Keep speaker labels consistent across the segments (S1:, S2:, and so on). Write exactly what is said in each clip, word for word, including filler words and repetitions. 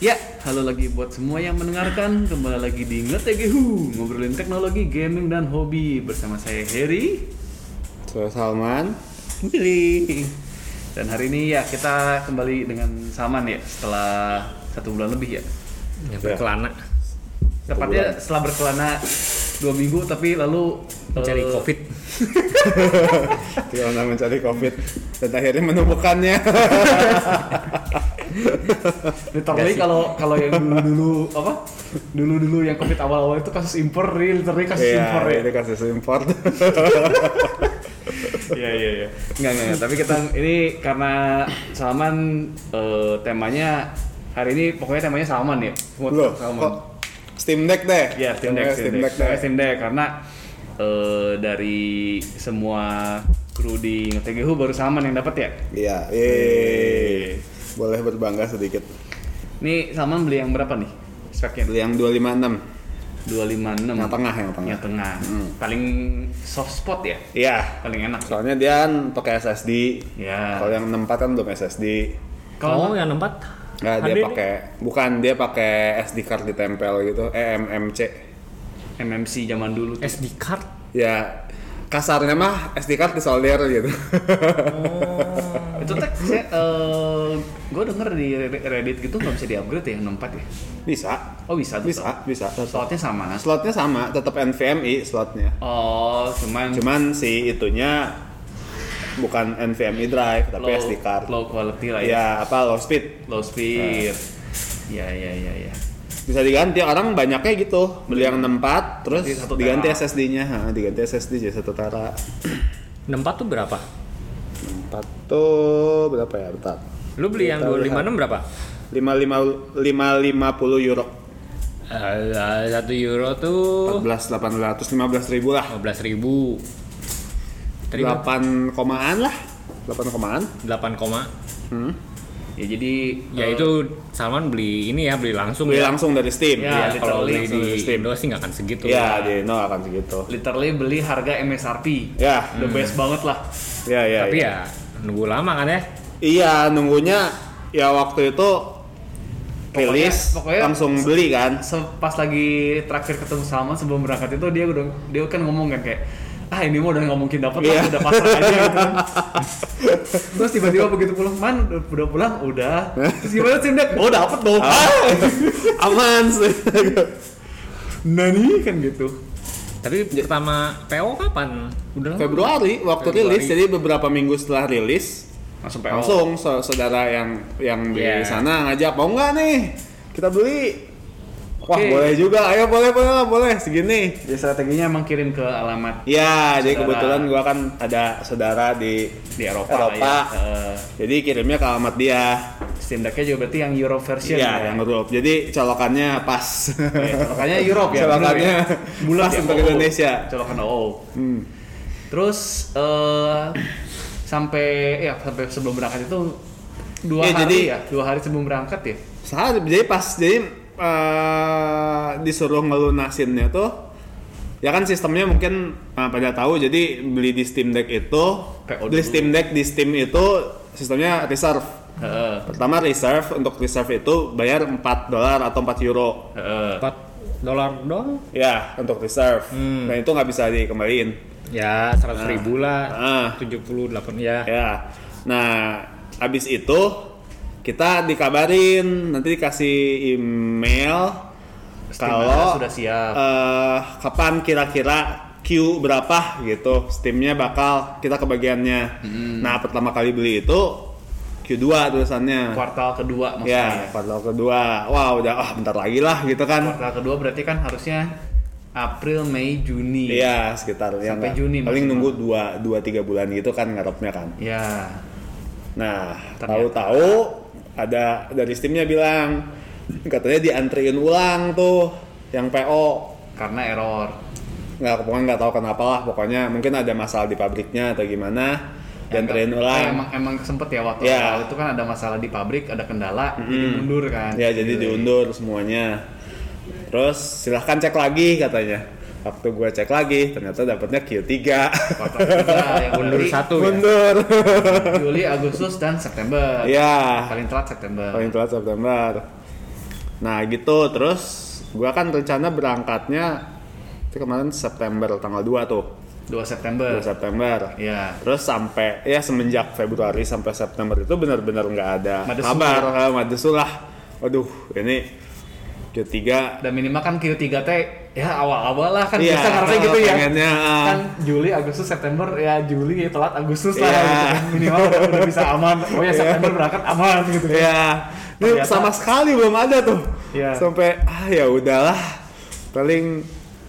S1: Ya, halo lagi buat semua yang mendengarkan. Kembali lagi di Ngetegehu, ngobrolin teknologi, gaming, dan hobi. Bersama saya Heri,
S2: saya Salman,
S1: Billy. Dan hari ini ya kita kembali dengan Salman ya, setelah satu bulan lebih ya.
S3: Yang berkelana.
S1: Tepatnya setelah berkelana dua minggu, tapi lalu
S3: mencari
S1: uh,
S3: COVID.
S2: Tidak mencari COVID dan akhirnya menemukannya.
S1: Literally kalau kalau yang dulu-dulu apa? Dulu-dulu yang COVID awal-awal itu kasus impor, real literally kasus
S2: Iya,
S1: impor ya.
S2: ini kasus impor.
S1: Iya iya iya. Enggak enggak, tapi kita ini karena Salman uh, temanya hari ini pokoknya temanya Salman ya. Semua
S2: Loh,
S1: Salman.
S2: kok Steam Deck deh?
S1: Iya, Steam Deck, Steam Deck,
S2: deh.
S1: Steam Deck karena uh, dari semua kru di Ngetegehu baru Salman yang dapat ya.
S2: Iya, eh boleh berbangga sedikit.
S1: Nih Salman beli yang berapa nih? Speknya?
S2: Beli yang dua lima enam.
S1: dua lima enam.
S2: Yang tengah, yang tengah.
S1: Yang tengah.
S2: Hmm.
S1: Paling soft spot ya?
S2: Iya.
S1: Paling enak.
S2: Soalnya dia kan pakai S S D.
S1: Ya.
S2: Kalau yang enam puluh empat kan belum S S D.
S1: Kalau
S3: Oh, yang empat?
S2: Nggak, dia pakai bukan dia pakai S D card ditempel gitu, eh M M C.
S1: M M C zaman dulu tuh.
S3: S D card.
S2: Ya kasarnya mah S D card disolder gitu.
S3: Oh.
S1: Itu teh saya uh, gue denger di Reddit gitu nggak bisa di-upgrade ya yang enam puluh empat ya?
S2: Bisa.
S1: Oh bisa tuh.
S2: Bisa, bisa.
S1: Slotnya sama.
S2: Slotnya sama, tetap N V M i slotnya.
S1: Oh, cuman
S2: Cuman si itunya bukan N V M i drive tapi
S1: low,
S2: S D card.
S1: low quality lah ya.
S2: Ya, apa low speed.
S1: Low speed. Ya ya ya ya.
S2: Bisa diganti, orang banyaknya gitu. Beli yang enam puluh empat terus
S1: Ganti satu
S2: diganti
S1: tera.
S2: S S D-nya, ha, diganti S S D jadi satu tera.
S3: enam puluh empat tuh berapa?
S2: enam puluh empat tuh berapa ya? Bentar.
S3: Lu beli yang
S2: Kita
S3: dua lima enam
S2: lihat.
S3: berapa?
S2: lima lima lima puluh euro.
S3: Uh, satu euro tuh
S2: empat belas delapan ratus lima belas ribu lah.
S3: lima belas ribu. Terima
S2: delapan komaan lah. delapan komaan.
S3: delapan koma.
S2: Hmm.
S1: Ya jadi
S3: Ya
S1: uh,
S3: itu Salman beli ini ya, beli langsung
S2: Beli
S3: ya.
S2: langsung dari Steam.
S1: Ya,
S3: Ya, kalau
S1: literally
S3: beli di
S2: langsung dari Steam.
S3: Indo sih nggak akan segitu.
S2: Ya, di no akan segitu.
S1: literally beli harga M S R P.
S2: Ya.
S1: The best banget lah.
S2: Ya, ya.
S3: Tapi
S2: ya.
S3: ya nunggu lama kan ya.
S2: Iya, nunggunya ya waktu itu
S1: Pokoknya-
S2: rilis
S1: pokoknya
S2: langsung beli kan.
S1: Se- Pas lagi terakhir ketemu Salman sebelum berangkat itu dia udah dia kan ngomong kan kayak ah ini mah udah nggak mungkin dapat lah,
S2: Iya.
S1: udah pasrah aja gitu. Terus tiba-tiba begitu pulang, man udah, udah pulang, udah. Terus gimana sih Dek? Oh dapet dong.
S2: Ah, aman sih.
S1: Nani kan gitu.
S3: Tapi pertama P O kapan? Udah lama?
S2: Februari waktu
S3: Februari.
S2: rilis, jadi beberapa minggu setelah rilis
S1: Langsung P O.
S2: langsung so- saudara yang yang di
S3: Iya.
S2: sana ngajak, mau nggak nih kita beli. Wah,
S1: Oke.
S2: boleh juga. Ayo boleh boleh lah, boleh segini.
S1: Jadi strateginya emang kirim ke alamat
S2: Ya, jadi
S1: Saudara.
S2: kebetulan gua kan ada saudara di
S1: di Eropa,
S2: Eropa.
S1: lah ya. Eh,
S2: Jadi kirimnya ke alamat dia.
S1: Steam Deck-nya juga berarti yang Euro version
S2: Iya,
S1: ya.
S2: yang Europe. Jadi colokannya pas.
S1: Colokannya Europe ya.
S2: Colokannya
S1: bener ya? Bulat
S2: pas
S1: ya,
S2: untuk
S1: O O.
S2: Indonesia.
S1: Colokan O O.
S2: Hmm.
S1: Terus eh sampai ya sampai sebelum berangkat itu dua
S2: Ya,
S1: hari
S2: jadi-
S1: ya, dua hari sebelum berangkat ya.
S2: Saat jadi pas jadi eh, disuruh ngelunasinnya tuh ya kan sistemnya mungkin eh, pada tahu, jadi beli di Steam Deck itu
S1: P O
S2: beli
S1: dulu.
S2: Steam Deck di Steam itu sistemnya reserve.
S1: Heeh.
S2: Pertama reserve, untuk reserve itu bayar empat dolar atau empat euro.
S1: Heeh.
S3: empat dolar doang.
S2: Ya, untuk reserve.
S3: Hmm.
S2: Dan itu nggak bisa dikembaliin.
S3: Ya seratus ribu lah.
S2: Ah.
S3: tujuh puluh delapan ya.
S2: Ya. Nah, habis itu kita dikabarin, nanti dikasih email
S1: Steam-nya
S2: kalau
S1: sudah siap.
S2: eh, kapan kira-kira queue berapa gitu, Steam-nya bakal kita kebagiannya.
S1: Hmm.
S2: Nah, pertama kali beli itu Q dua tulisannya.
S1: Kuartal kedua maksudnya.
S2: Ya, kuartal kedua. Wah, udah ah bentar lagi lah gitu kan.
S1: Kuartal kedua berarti kan harusnya April, Mei, Juni.
S2: Iya, sekitar yang
S1: Sampai Juni
S2: paling
S1: maksimal.
S2: nunggu dua dua tiga bulan gitu kan ngarepnya kan.
S1: Ya.
S2: Nah,
S1: Ternyata.
S2: tahu-tahu ada dari Steam-nya bilang katanya diantriin ulang tuh yang P O.
S1: Karena error.
S2: Nggak, pokoknya nggak tahu kenapa lah. Pokoknya mungkin ada masalah di pabriknya atau gimana. Diantriin
S1: Ya,
S2: ulang.
S1: Emang emang sempet ya waktu
S2: Ya.
S1: awal itu kan ada masalah di pabrik, ada kendala, jadi
S2: Mm.
S1: mundur kan.
S2: Ya, jadi diundur semuanya. Terus silahkan cek lagi katanya. Waktu gue cek lagi, ternyata dapatnya Q tiga.
S1: Kuartal ketiga yang
S3: Mundur
S1: berarti
S3: satu ya.
S2: Mundur.
S1: Juli, Agustus dan September.
S2: Iya.
S1: Paling telat September.
S2: Paling telat September. Nah gitu, terus gua kan rencana berangkatnya itu kemarin September tanggal dua tuh.
S1: dua September.
S2: dua September.
S1: Iya.
S2: Terus sampai ya semenjak Februari sampai September itu benar-benar nggak ada
S1: Madesu.
S2: kabar, ah, Madesu lah. Waduh, ini Q tiga
S1: Dan minimal kan Q tiga teh ya awal-awal lah kan
S2: Iya,
S1: biasa ngerasa gitu ya.
S2: pengennya, ah.
S1: Kan Juli, Agustus, September ya Juli telat Agustus lah
S2: Iya.
S1: gitu kan. Minimal udah, udah bisa aman. Oh ya September berangkat aman gitu.
S2: ya, ini
S1: Ternyata-
S2: sama sekali belum ada tuh.
S1: Iya.
S2: Sampai ah ya udahlah, paling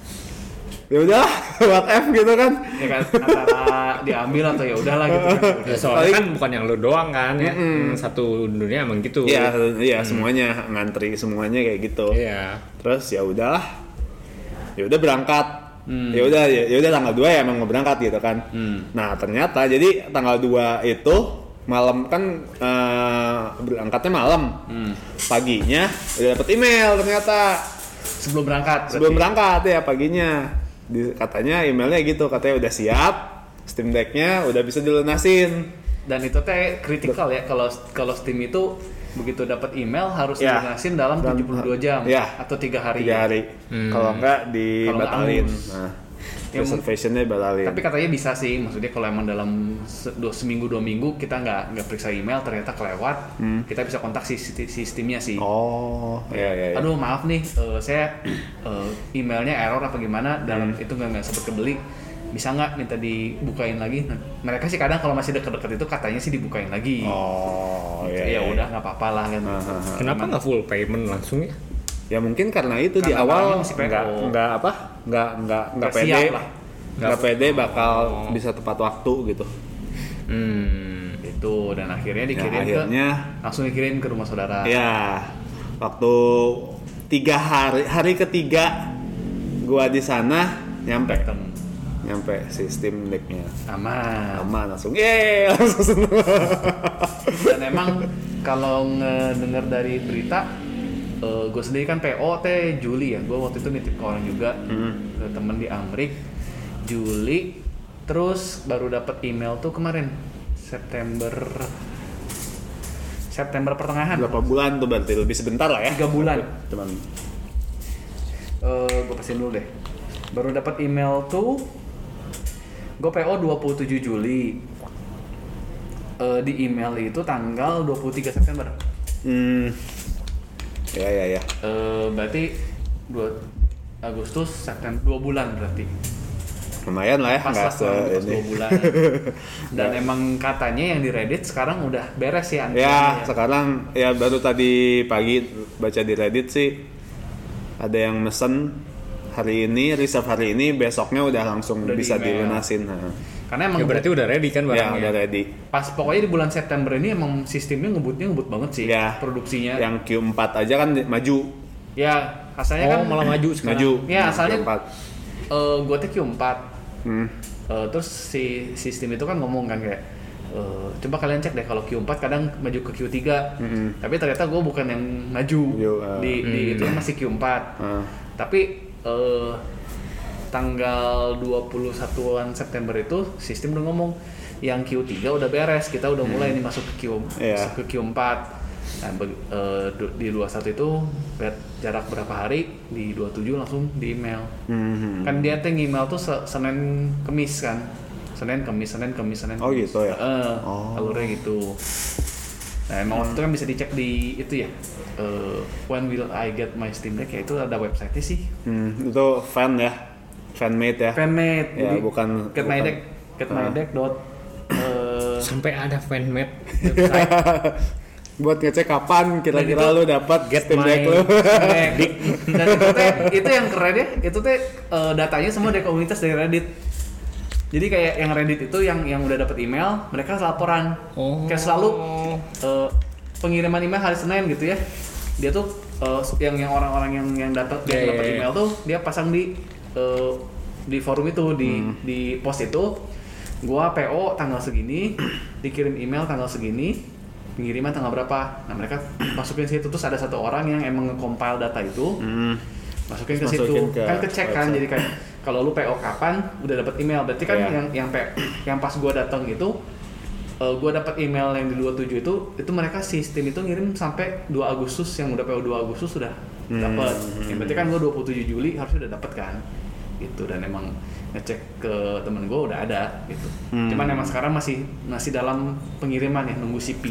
S2: ya udahlah what F gitu kan.
S1: Ya kan antara diambil atau ya udahlah gitu kan.
S3: Ya, soalnya kan bukan yang lu doang kan ya. Hmm, satu dunia emang gitu.
S2: Iya, iya semuanya ngantri semuanya kayak gitu.
S3: Iya.
S2: Terus ya udahlah, ya udah berangkat.
S1: Hmm.
S2: Ya udah, ya udah tanggal dua ya emang mau berangkat gitu kan.
S1: Hmm.
S2: Nah ternyata jadi tanggal dua itu malam kan eh, berangkatnya malam.
S1: Hmm.
S2: Paginya udah dapet email ternyata
S1: Sebelum berangkat.
S2: sebelum
S1: berarti.
S2: berangkat ya paginya. Di, katanya emailnya gitu, katanya udah siap, Steam Deck-nya udah bisa dilunasin.
S1: Dan itu teh kritikal ya kalau kalau Steam itu begitu dapat email harus
S2: Ya.
S1: dilunasin dalam
S2: Dan-
S1: tujuh puluh dua jam
S2: ya.
S1: atau tiga hari.
S2: Tiga hari.
S3: Hmm.
S2: Kalau enggak
S1: Kalau nggak
S2: dibatalin.
S1: angus.
S2: Nah,
S1: Ya,
S2: reservationnya dibatalin.
S1: Tapi katanya bisa sih, maksudnya kalau emang dalam se- dua, seminggu dua minggu kita nggak nggak periksa email ternyata kelewat, kita bisa kontak si si- sistemnya sih.
S2: Oh, iya iya. iya.
S1: Aduh maaf nih, eh, saya eh, emailnya error apa gimana dalam itu nggak nggak sempet kebeli, bisa nggak minta dibukain lagi? Nah, mereka sih kadang kalau masih deket-deket itu katanya sih dibukain lagi.
S2: Oh,
S1: Gitu.
S2: iya.
S1: Ya
S2: iya.
S1: udah nggak apa-apa lah kan.
S2: Ah, ah, ah.
S3: Kenapa nggak full payment langsung ya?
S2: Ya mungkin karena itu di
S1: Karena
S2: awal
S1: barangnya masih P O.
S2: nggak nggak apa nggak nggak nggak
S1: Nggak
S2: pede
S1: siap lah.
S2: nggak pede bakal bisa tepat waktu gitu.
S3: Hmm.
S1: Itu dan akhirnya
S2: Ya,
S1: dikirim
S2: akhirnya
S1: ke langsung dikirim ke rumah saudara.
S2: ya waktu tiga hari hari ketiga gua di sana nyampe
S1: Dateng.
S2: nyampe sistem decknya
S1: Aman.
S2: aman langsung yeay langsung seneng.
S1: Dan emang kalau ngedenger dari berita, uh, gue sendiri kan P O teh Juli ya. Gue waktu itu nitip ke orang juga,
S2: Hmm.
S1: ke temen di Amrik. Juli, terus baru dapat email tuh kemarin September September pertengahan.
S2: Berapa bulan tuh berarti lebih sebentar lah ya.
S1: Tiga bulan.
S2: Cuman
S1: Uh, gue pasin dulu deh. Baru dapat email tuh, gue P O dua puluh tujuh Juli. Uh, di email itu tanggal dua puluh tiga September.
S2: hmm. Ya ya ya.
S1: Uh, berarti dua Agustus, September, dua bulan berarti.
S2: Lumayan lah ya
S1: Pas
S2: nggak
S1: lah
S2: se
S1: kurang lebih pas
S2: ini.
S1: dua bulan. Dan emang katanya yang di Reddit sekarang udah beres ya antriannya
S2: Ya,
S1: ya.
S2: sekarang ya baru tadi pagi baca di Reddit sih ada yang mesen hari ini, reserve hari ini, besoknya udah langsung
S1: Udah
S2: bisa
S1: di-email.
S2: dilunasin. Nah.
S1: Karena emang
S3: Ya berarti udah ready kan
S2: Ya,
S3: barangnya.
S2: udah ready.
S1: pas pokoknya di bulan September ini emang sistemnya ngebutnya ngebut banget sih
S2: Ya.
S1: produksinya.
S2: Yang Q empat aja kan maju,
S1: Ya, asalnya
S3: Oh,
S1: kan
S3: malah maju sekarang.
S2: maju.
S1: Ya,
S2: Q
S1: asalnya
S2: empat.
S1: uh, gue tuh Q empat.
S2: Hmm.
S1: Uh, terus si sistem itu kan ngomong kan kayak uh, coba kalian cek deh kalau Q empat kadang maju ke Q tiga.
S2: Mm-mm.
S1: Tapi ternyata gue bukan yang maju
S2: Maju, uh.
S1: di, di
S3: Hmm.
S1: itu masih Q empat.
S2: Ah.
S1: Tapi eh, tanggal dua puluh satuan September itu sistem udah ngomong yang Q tiga udah beres, kita udah mulai nih masuk ke Q
S2: Iya.
S1: masuk ke Q empat. Nah, be- eh, du- di dua puluh satu itu ber- jarak berapa hari, di dua puluh tujuh langsung di email.
S2: Hmm.
S1: Kan dia tuh email tuh se- Senin Kemis kan. Senin Kemis, Senin Kemis, Senin
S2: Oh,
S1: Kemis.
S2: gitu ya?
S1: Heeh,
S2: Oh.
S1: alurnya gitu. Nah, emang waktu itu kan bisa dicek di itu ya. eh, when will I get my Steam Deck ya itu ada website-nya sih.
S2: Hmm, itu fan ya, fanmade ya.
S1: Fanmade.
S2: Ya, bukan-
S1: get my
S2: bukan.
S1: deck, get my
S2: Ah.
S1: deck dot eh,
S3: Sampai ada fanmade.
S1: website.
S2: Buat ngecek kapan kira-kira
S1: Dan itu
S2: lu dapat
S3: get
S2: Steam Deck
S3: my-
S2: lu.
S1: Deck. Dan itu teh itu yang keren ya, itu teh eh, datanya semua dari komunitas dari Reddit. Jadi kayak yang Reddit itu yang yang udah dapat email, mereka laporan.
S3: Oh.
S1: Kayak selalu eh, pengiriman email hari Senin gitu ya. Dia tuh eh, yang yang orang-orang yang yang dapat
S3: Yeah,
S1: yang dapat
S3: yeah, yeah.
S1: email tuh dia pasang di eh, di forum itu di
S2: Hmm.
S1: di post itu. Gua P O tanggal segini, dikirim email tanggal segini, pengiriman tanggal berapa. Nah, mereka masukin situ terus ada satu orang yang emang nge-compile data itu.
S2: Hmm.
S1: Masukin ke
S2: Masukin
S1: situ
S2: ke
S1: kan kecek kan
S2: website.
S1: jadi kayak kalau lu P O kapan udah dapat email berarti kan
S2: Iya.
S1: yang yang P, yang pas gua datang itu uh, gue dapat email yang di dua puluh tujuh itu itu mereka sistem itu ngirim sampai dua Agustus, yang udah P O dua Agustus sudah
S2: Hmm.
S1: dapat. Yang berarti kan gue dua puluh tujuh Juli harusnya udah dapat kan. Gitu, dan emang ngecek ke temen gue udah ada gitu.
S2: Hmm.
S1: Cuman emang sekarang masih masih dalam pengiriman ya, nunggu shipping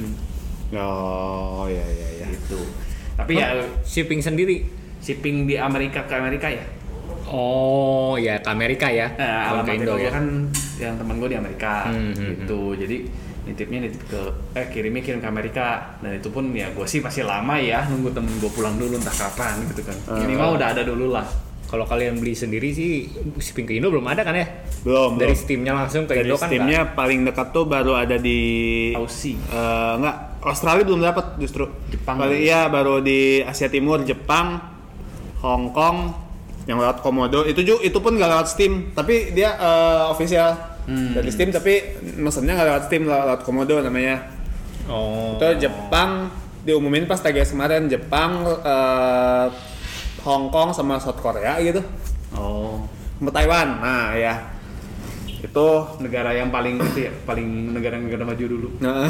S2: Oh iya iya iya.
S1: gitu. Tapi ya
S3: Shipping sendiri.
S1: shipping di Amerika ke Amerika ya.
S3: Oh, ya ke Amerika ya.
S1: Nah,
S3: Kalau ke
S1: alamatnya
S3: Indo
S1: kalau
S3: ya.
S1: gua kan yang teman gue di Amerika
S3: Hmm, hmm,
S1: gitu. Jadi nitipnya nitip ke eh kirimnya kirim ke Amerika, dan itu pun ya gue sih masih lama ya nunggu temen gue pulang dulu entah kapan gitu kan. Minimal udah ada dulu lah.
S3: Kalau kalian beli sendiri sih shipping ke Indo belum ada kan ya?
S2: Belum.
S3: Dari
S2: belum.
S3: Steamnya langsung ke
S2: Dari
S3: Indo kan
S2: Steamnya paling dekat tuh baru ada di
S1: Aussie.
S2: Eh, enggak, Australia belum dapat justru.
S1: Jepang.
S2: Paling iya baru di Asia Timur, Jepang, Hong Kong yang lewat Komodo. Itu juga itu pun nggak lewat Steam, tapi dia eh, official
S1: Hmm.
S2: dari Steam, tapi mesennya nggak lewat Steam, lewat, lewat Komodo namanya.
S3: nggak? Oh.
S2: Itu Jepang diumumin pas T G S kemarin, Jepang, eh, Hong Kong sama South Korea gitu.
S1: Oh,
S2: Sama Taiwan. Nah, ya. Itu
S1: negara yang paling itu ya, paling negara-negara maju dulu.
S2: nah,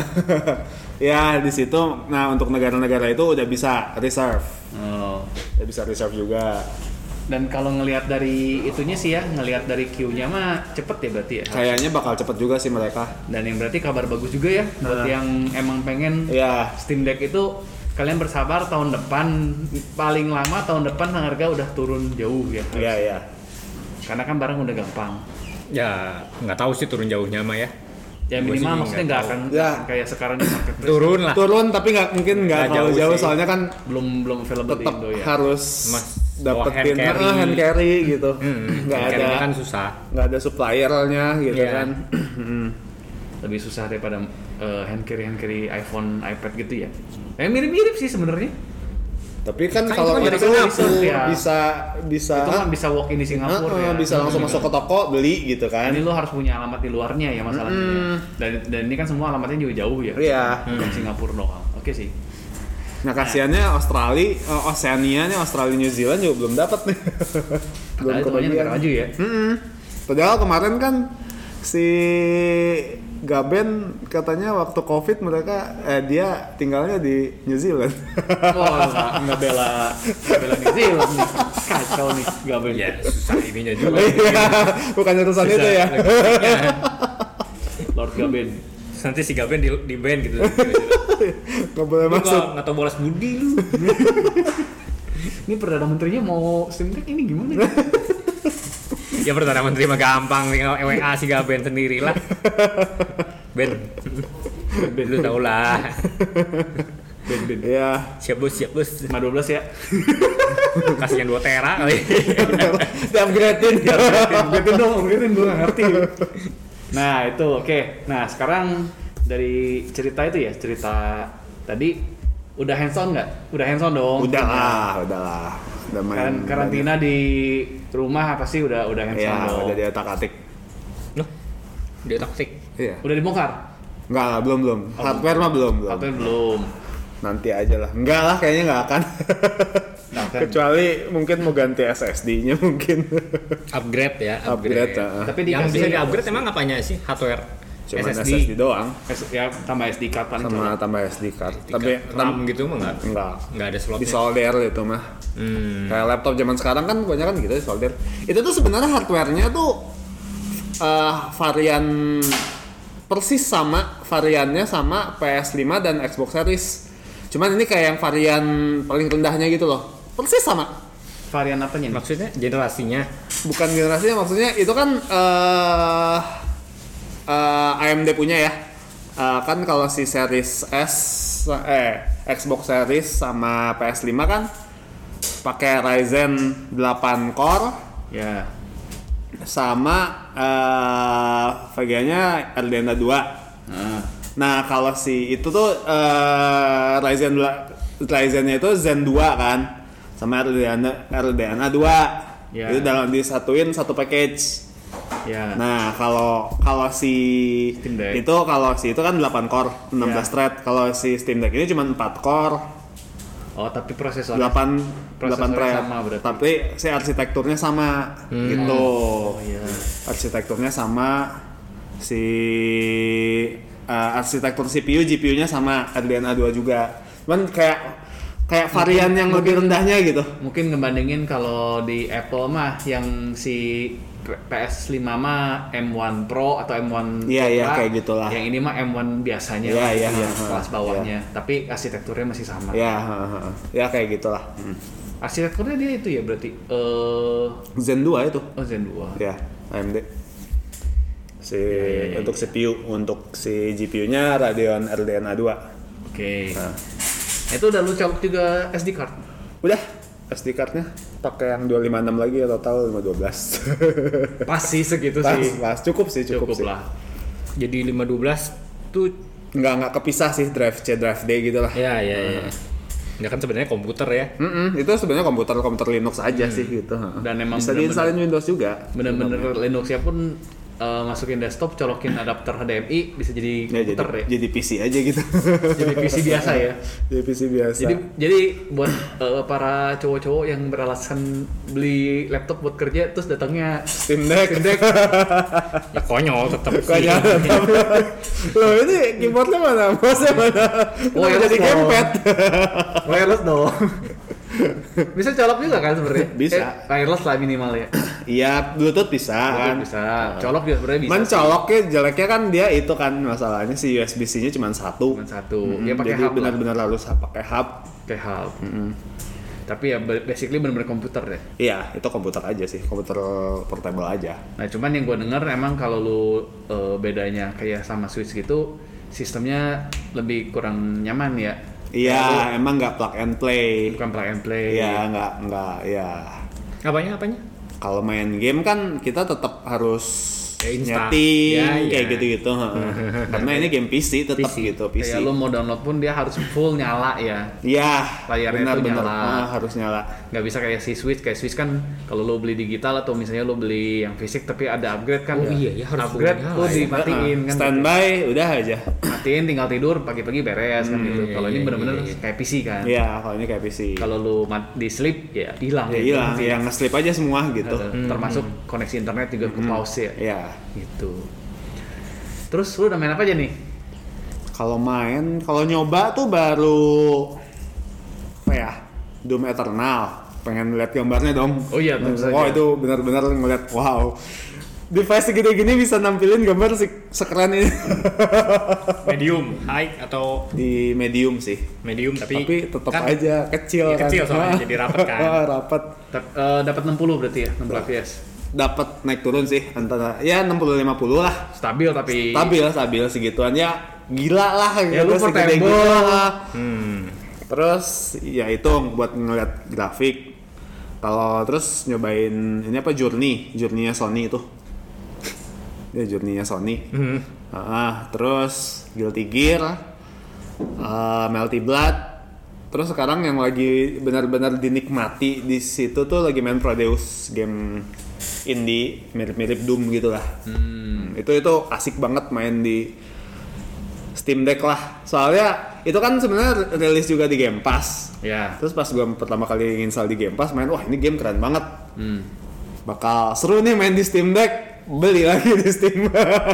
S2: ya di situ. Nah, untuk negara-negara itu udah bisa reserve.
S1: Oh.
S2: Udah bisa reserve juga.
S1: Dan kalau ngelihat dari itunya sih ya, ngelihat dari queue-nya mah cepet ya berarti ya.
S2: Kayaknya bakal cepet juga sih mereka.
S1: Dan yang berarti kabar bagus juga ya buat
S2: Nah.
S1: yang emang pengen
S2: Iya.
S1: Steam Deck itu, kalian bersabar tahun depan, paling lama tahun depan harga udah turun jauh ya.
S2: Iya, iya.
S1: Karena kan barang udah gampang.
S3: Ya nggak tahu sih turun jauhnya mah ya.
S1: Ya
S3: Gua sih
S1: minimal maksudnya
S3: nggak
S1: nggak
S3: tahu.
S1: akan
S2: Ya.
S1: kayak sekarang di marketplace.
S3: Turun lah.
S2: Turun tapi nggak mungkin nggak
S3: Nggak
S2: terlalu
S3: jauh
S2: jauh,
S3: sih.
S2: soalnya kan
S1: Belum belum available di
S2: tetap
S1: Indo ya.
S2: harus
S3: Mas,
S2: dapetin
S3: bawa hand
S2: ah, hand
S3: carry.
S2: carry gitu.
S3: Hmm,
S2: Nggak
S3: hand
S2: ada
S3: carry-nya kan susah.
S2: nggak ada suppliernya gitu
S3: Iya.
S2: kan. Hmm.
S1: Lebih susah daripada eh, hand carry hand carry iPhone, iPad gitu ya. Eh mirip-mirip sih sebenarnya.
S2: Tapi kan
S3: Kan
S2: kalau
S3: itu kan
S2: itu
S3: dari
S2: aku
S1: Singapura, ya.
S2: bisa bisa
S1: Itu mah bisa walk in di Singapura
S2: Heeh,
S1: ya.
S2: bisa langsung masuk ke toko beli gitu kan.
S1: Ini lo harus punya alamat di luarnya ya masalahnya.
S2: Mm.
S1: Dan dan ini kan semua alamatnya juga jauh ya.
S2: Iya.
S1: Bukan Singapura doang. Oke sih.
S2: Nah kasihannya Australia, eh, Oceania nih, Australia New Zealand juga belum dapat nih.
S1: Padahal itu hanya negara maju ya.
S2: Mm-mm. Padahal kemarin kan si Gaben katanya waktu Covid mereka eh dia tinggalnya di New Zealand.
S1: Wah, nggak nggak bela nggak bela New Zealand nih. Kacau nih Gaben.
S3: Ya susah ininya juga.
S2: Iya, bukan urusan itu ya.
S1: Lord Gaben.
S3: Nanti si Gaben di, di band gitu.
S2: Nggak boleh
S3: Lu
S2: masuk.
S3: kok nggak tau bolas budi lu.
S1: Ini Perdana Menterinya mau Steam Deck ini gimana?
S3: Ya Perdana Menteri mah gampang, tinggal W A si Gaben sendiri lah. Ben, Ben lu tau lah.
S1: Ben Ben.
S2: Iya.
S3: Siap bos, siap bos.
S1: lima dua belas ya.
S3: Kasihnya dua tera kali.
S2: Di upgradein.
S1: Upgradein dong, upgradein gue nggak ngerti. Nah itu oke. Nah sekarang dari cerita itu ya, cerita tadi udah hands on nggak? Udah hands on dong.
S2: Udah lah, udah lah. Udah main.
S1: Kan karantina di rumah apa sih udah udah hands on
S2: Iya,
S1: dong.
S2: udah di otak-atik.
S3: Loh, dia taktik.
S2: Iya.
S1: Udah dibongkar?
S2: Enggak lah, belum belum. Hardware mah belum belum.
S1: Atau belum?
S2: Nanti aja lah. Enggak lah, kayaknya nggak akan.
S1: Nggak akan.
S2: Kecuali mungkin mau ganti S S D-nya mungkin.
S3: Upgrade ya,
S2: Upgrade.
S3: upgrade.
S2: ah.
S1: Tapi
S3: Yang
S1: dikasih
S3: bisa di-upgrade emang apanya sih? Hardware?
S2: Cuman
S3: S
S2: S
S3: S D?
S2: S D doang
S1: S- ya tambah S D card paling
S2: sama
S1: cuma.
S2: tambah S D card.
S3: Tapi
S2: Tapi
S3: RAM gitu mah nggak?
S2: enggak.
S3: Nggak ada slotnya.
S2: Disolder itu mah.
S3: Hmm.
S2: Kayak laptop zaman sekarang kan banyak kan gitu solder. Itu tuh sebenarnya hardware-nya tuh eh, varian persis sama variannya sama P S lima dan Xbox Series. Cuman ini kayak yang varian paling rendahnya gitu loh. Persis sama.
S1: Varian apanya nih?
S3: Maksudnya generasinya?
S2: Bukan generasinya, maksudnya itu kan eh eh, A M D punya ya. Eh, kan kalau si Series S eh Xbox Series sama P S lima kan pakai Ryzen delapan core
S1: Ya.
S2: sama eh V G-nya R D N A dua.
S1: Nah,
S2: Nah, kalau si itu tuh eh Ryzen dua Ryzen-nya itu Zen dua kan sama R D N A R D N A dua.
S1: Ya.
S2: Itu dalam disatuin satu package.
S1: ya.
S2: Nah, kalau kalau si
S1: Steam Deck.
S2: itu kalau si itu kan delapan core, enam belas
S1: Ya.
S2: thread. Kalau si Steam Deck ini cuma empat core,
S1: Oh, tapi prosesor
S2: delapan
S1: prosesornya
S2: delapan thread.
S1: sama berarti.
S2: Tapi si arsitekturnya sama gitu.
S1: Oh iya.
S2: Arsitekturnya sama si uh, arsitektur C P U, G P U-nya sama R D N A dua juga. Cuman kayak kayak varian mungkin, yang mungkin, lebih rendahnya gitu.
S1: Mungkin ngebandingin kalau di Apple mah yang si P S lima mah M satu Pro atau M satu
S2: Iya, iya
S1: Ultra,
S2: kayak gitulah.
S1: Yang ini mah M satu biasanya
S2: yeah,
S1: lah,
S2: yeah,
S1: yang
S2: yeah,
S1: kelas bawahnya.
S2: yeah.
S1: Tapi arsitekturnya masih sama.
S2: Iya, yeah, ya kayak gitulah. Hmm.
S1: Arsitekturnya dia itu ya berarti uh...
S2: Zen dua itu.
S1: Oh, Zen dua.
S2: Ya, A M D. Si
S1: ya, ya, ya,
S2: untuk
S1: ya.
S2: C P U, untuk si G P U-nya Radeon R D N A dua.
S1: Oke. Okay.
S2: Nah.
S1: Itu udah lu colok juga S D card?
S2: Udah, S D card-nya pakai yang dua lima enam lagi ya, total lima dua belas.
S1: Pas sih segitu
S2: pas,
S1: sih.
S2: Pas, cukup sih, cukup,
S1: cukup
S2: sih.
S1: lah.
S3: Jadi lima dua belas tuh
S2: nggak nggak kepisah sih, drive C, drive D gitu lah.
S3: ya ya ya. Ya kan sebenarnya komputer ya.
S2: Mm-mm, itu sebenarnya komputer komputer Linux aja hmm. sih gitu.
S1: Dan emang
S2: bisa diinstalin Windows juga.
S1: Bener-bener Linuxnya pun uh, masukin desktop, colokin adapter H D M I bisa jadi
S2: ya,
S1: komputer
S2: jadi,
S1: ya.
S2: Jadi P C aja gitu.
S1: Jadi P C biasa ya.
S2: Jadi P C biasa.
S1: Jadi jadi buat uh, para cowok-cowok yang beralasan beli laptop buat kerja terus datangnya
S2: Steam Deck.
S1: Steam Deck.
S3: Ya konyol tetap sih.
S2: Konyol tetap. Loh ini keyboardnya mana? Mouse-nya mana? Oh, jadi gamepad.
S1: Wireless dong. Bisa colok juga kan sebenarnya?
S2: Bisa.
S1: Eh, wireless lah minimal ya.
S2: Iya, Bluetooth bisa.
S1: Bluetooth bisa. Colok juga sebenarnya bisa.
S2: Man coloknya jeleknya kan dia itu kan masalahnya si U S B C-nya cuma satu.
S1: Cuma satu.
S2: Mm-hmm.
S1: Dia pakai
S2: jadi
S1: hub.
S2: benar-benar harus pakai hub.
S1: Pakai hub.
S2: Mm-hmm.
S1: Tapi ya basically benar-benar komputer deh.
S2: Iya, itu komputer aja sih, komputer portable aja.
S1: Nah, cuman yang gue denger emang kalau lu uh, bedanya kayak sama Switch gitu, sistemnya lebih kurang nyaman ya.
S2: Iya, emang nggak plug and play.
S1: Bukan plug and play.
S2: Iya, nggak nggak ya.
S3: Apanya apanya?
S2: Kalau main game kan kita tetap harus
S3: ya,
S2: nyeting
S3: ya,
S2: kayak
S3: ya.
S2: gitu-gitu. Karena ini game P C tetap
S1: P C.
S2: gitu, P C.
S1: Kayak lu mau download pun dia harus full nyala ya.
S2: Iya,
S1: layarnya tuh
S2: benar-benar
S1: nyala.
S2: ah, harus nyala.
S1: Nggak bisa kayak si Switch, kayak Switch kan kalau lu beli digital atau misalnya lu beli yang fisik tapi ada upgrade kan.
S3: Oh iya, ya harus
S1: upgrade
S3: full
S1: lu
S3: nyala ya.
S1: dimatiin kan.
S2: Standby udah aja.
S1: Matiin tinggal tidur, pagi-pagi beres kan gitu. Kalau ini
S3: iya,
S1: bener-bener
S3: iya, iya.
S1: kayak P C kan.
S2: Iya, kalau ini kayak P C.
S1: Kalau lu mat- di sleep ya hilang
S2: Ya hilang, yang nge-sleep aja semua gitu.
S1: Uh, termasuk koneksi internet juga ke pause ya.
S2: Iya.
S1: Gitu. Terus lu udah main apa aja nih?
S2: Kalau main, kalau nyoba tuh baru apa ya? Doom Eternal. Pengen lihat gambarnya dong.
S1: Oh iya, tentu saja.
S2: Wow, itu benar-benar ngeliat wow. Device segede gini bisa nampilin gambar se- sekeren ini.
S3: Medium, high atau
S2: Di medium sih.
S3: medium tapi
S2: Tapi tetap
S3: kan
S2: aja kecil
S3: iya,
S2: kan.
S3: kecil soalnya, jadi rapat kan.
S2: Rapat.
S1: Dap- uh, dapat enam puluh berarti ya, enam puluh F P S.
S2: Dapat naik turun sih antara ya enam puluh lima puluh lah.
S1: Stabil tapi
S2: Stabil, stabil segituan ya. Gila lah
S1: Ya,
S2: gitu
S1: lu
S2: segede
S1: portable.
S2: gitu lah.
S3: Hmm.
S2: Terus ya itu buat ngeliat grafik. Kalau terus nyobain ini apa Journey, Journey-nya Sony itu. Ya Journey-nya Sony.
S3: Hmm.
S2: Ah, terus Guilty Gear, uh, Melty Blood. Terus sekarang yang lagi benar-benar dinikmati di situ tuh lagi main Prodeus, game indie mirip-mirip Doom gitu lah.
S1: Hmm.
S2: Itu itu asik banget main di Steam Deck lah. Soalnya itu kan sebenarnya rilis juga di Game Pass.
S1: Ya.
S2: Terus pas gua pertama kali install di Game Pass main, wah ini game keren banget.
S1: Hmm.
S2: Bakal seru nih main di Steam Deck. Beli lagi di Steam.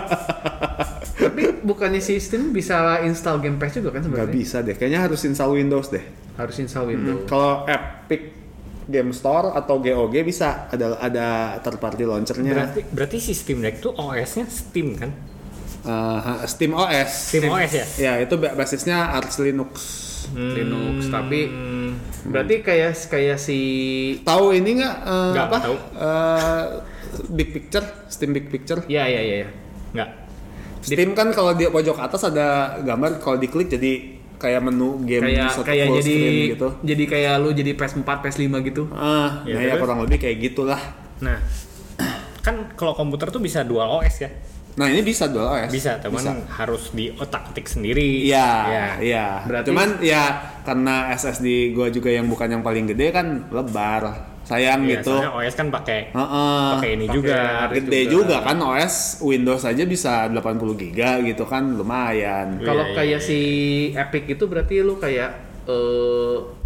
S1: Tapi bukannya si Steam bisa install Game Pass juga kan
S2: Gak
S1: sebenarnya?
S2: bisa deh, kayaknya harus install Windows deh.
S1: Harus install Windows.
S2: Hmm. Kalau Epic Game Store atau G O G bisa ada ada third party launchernya.
S3: Berarti berarti si Steam Deck tuh O S-nya Steam kan?
S2: Uh, Steam O S.
S3: Steam O S ya?
S2: Ya itu basisnya Arch Linux.
S1: Hmm. Linux, tapi berarti kayak kayak si
S2: Tahu ini nggak uh,
S3: Nggak,
S2: apa?
S3: tahu.
S2: Uh, Big Picture, Steam Big Picture.
S1: ya ya ya, ya.
S3: Enggak.
S2: Steam kan kalau di pojok atas ada gambar, kalau diklik jadi kayak menu game
S1: Kayak
S2: satu
S1: kayak
S2: full
S1: jadi
S2: screen gitu.
S1: jadi kayak lu jadi P S four, P S five gitu.
S2: Ah,
S3: Ya,
S2: nah ya
S3: terus?
S2: kurang lebih kayak gitulah.
S3: Nah, kan kalau komputer tuh bisa dual O S ya?
S2: Nah ini bisa dual O S.
S3: Bisa, teman harus di otak-atik sendiri.
S2: Iya,
S3: Ya.
S2: iya.
S1: Berarti-
S2: Cuman ya karena S S D gua juga yang bukan yang paling gede kan lebar. Sayang
S3: Iya,
S2: gitu.
S3: soalnya O S kan pakai
S2: Heeh.
S3: pakai ini
S1: Pakai
S3: juga.
S1: hard
S2: Gede
S1: juga.
S2: juga. kan O S Windows aja bisa delapan puluh giga gitu kan lumayan.
S3: Iya,
S1: Kalau
S3: iya,
S1: kayak
S3: iya.
S1: si Epic itu berarti lu kayak eh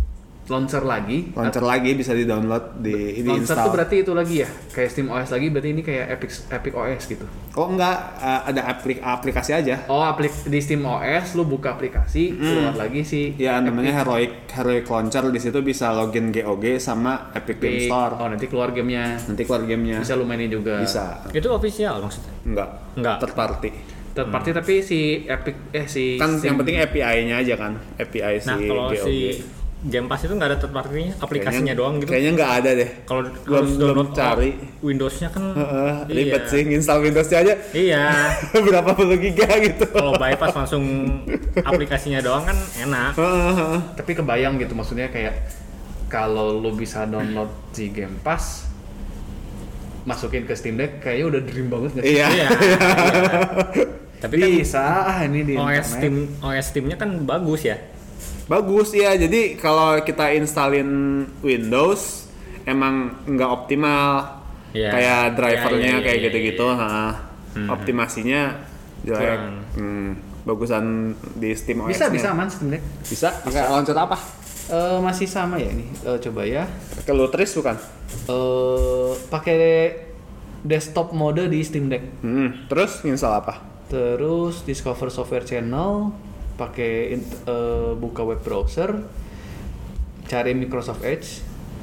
S1: launcher lagi.
S2: Launcher lagi bisa di-download di ini
S1: Launcher
S2: install.
S1: tuh berarti itu lagi ya, kayak SteamOS lagi, berarti ini kayak Epic Epic O S gitu.
S2: Oh enggak, uh, ada aplik aplikasi aja.
S1: Oh, aplik di SteamOS lu buka aplikasi, keluar lagi sih.
S2: Ya namanya Heroic Heroic Launcher, di situ bisa login G O G sama Epic Game
S1: Epic.
S2: Store.
S1: Oh, nanti keluar gamenya.
S2: Nanti keluar gamenya.
S1: Bisa lu mainin juga.
S2: Bisa.
S3: Itu official maksudnya?
S2: Enggak.
S3: Enggak.
S2: Third party.
S1: Third party tapi si Epic eh si
S2: Kan
S1: Steam-
S2: yang penting A P I-nya aja kan. A P I si
S3: Nah, kalau
S2: G O G.
S3: si Game Pass itu nggak ada third party-nya, aplikasinya
S2: Kayaknya-
S3: doang gitu.
S2: Kayaknya nggak ada deh.
S3: Kalau
S2: Belum-
S3: harus
S2: belum
S3: download
S2: cari.
S3: oh, Windows-nya kan
S2: Heeh, ribet
S3: iya.
S2: sih install Windows-nya aja.
S3: Iya.
S2: Berapa puluh giga gitu.
S3: Kalau bypass langsung aplikasinya doang kan enak.
S2: Heeh.
S1: tapi kebayang gitu maksudnya kayak kalau lu bisa download si Game Pass masukin ke Steam Deck kayaknya udah dream banget nggak sih?
S2: Iya.
S3: Iya. iya. Tapi kan
S1: Bisa ah ini di
S3: O S
S1: internet.
S3: Steam O S Steam-nya kan bagus ya.
S2: Bagus ya. Jadi kalau kita installin Windows emang nggak optimal.
S3: Iya.
S2: Kayak drivernya
S3: Iya, iya,
S2: kayak
S3: iya,
S2: gitu-gitu.
S3: iya.
S2: Ha. Optimasinya jelek.
S3: Kurang.
S2: Hmm. Bagusan di Steam O S.
S1: Bisa bisa aman Steam Deck.
S2: Bisa. Pakai launcher apa?
S1: Eh, masih sama ya ini. Eh, coba ya.
S2: Pakai Lutris bukan?
S1: Eh pakai desktop mode di Steam Deck.
S2: Hmm. Terus install apa?
S1: Terus discover software channel, pakai int- eh, buka web browser, cari Microsoft Edge.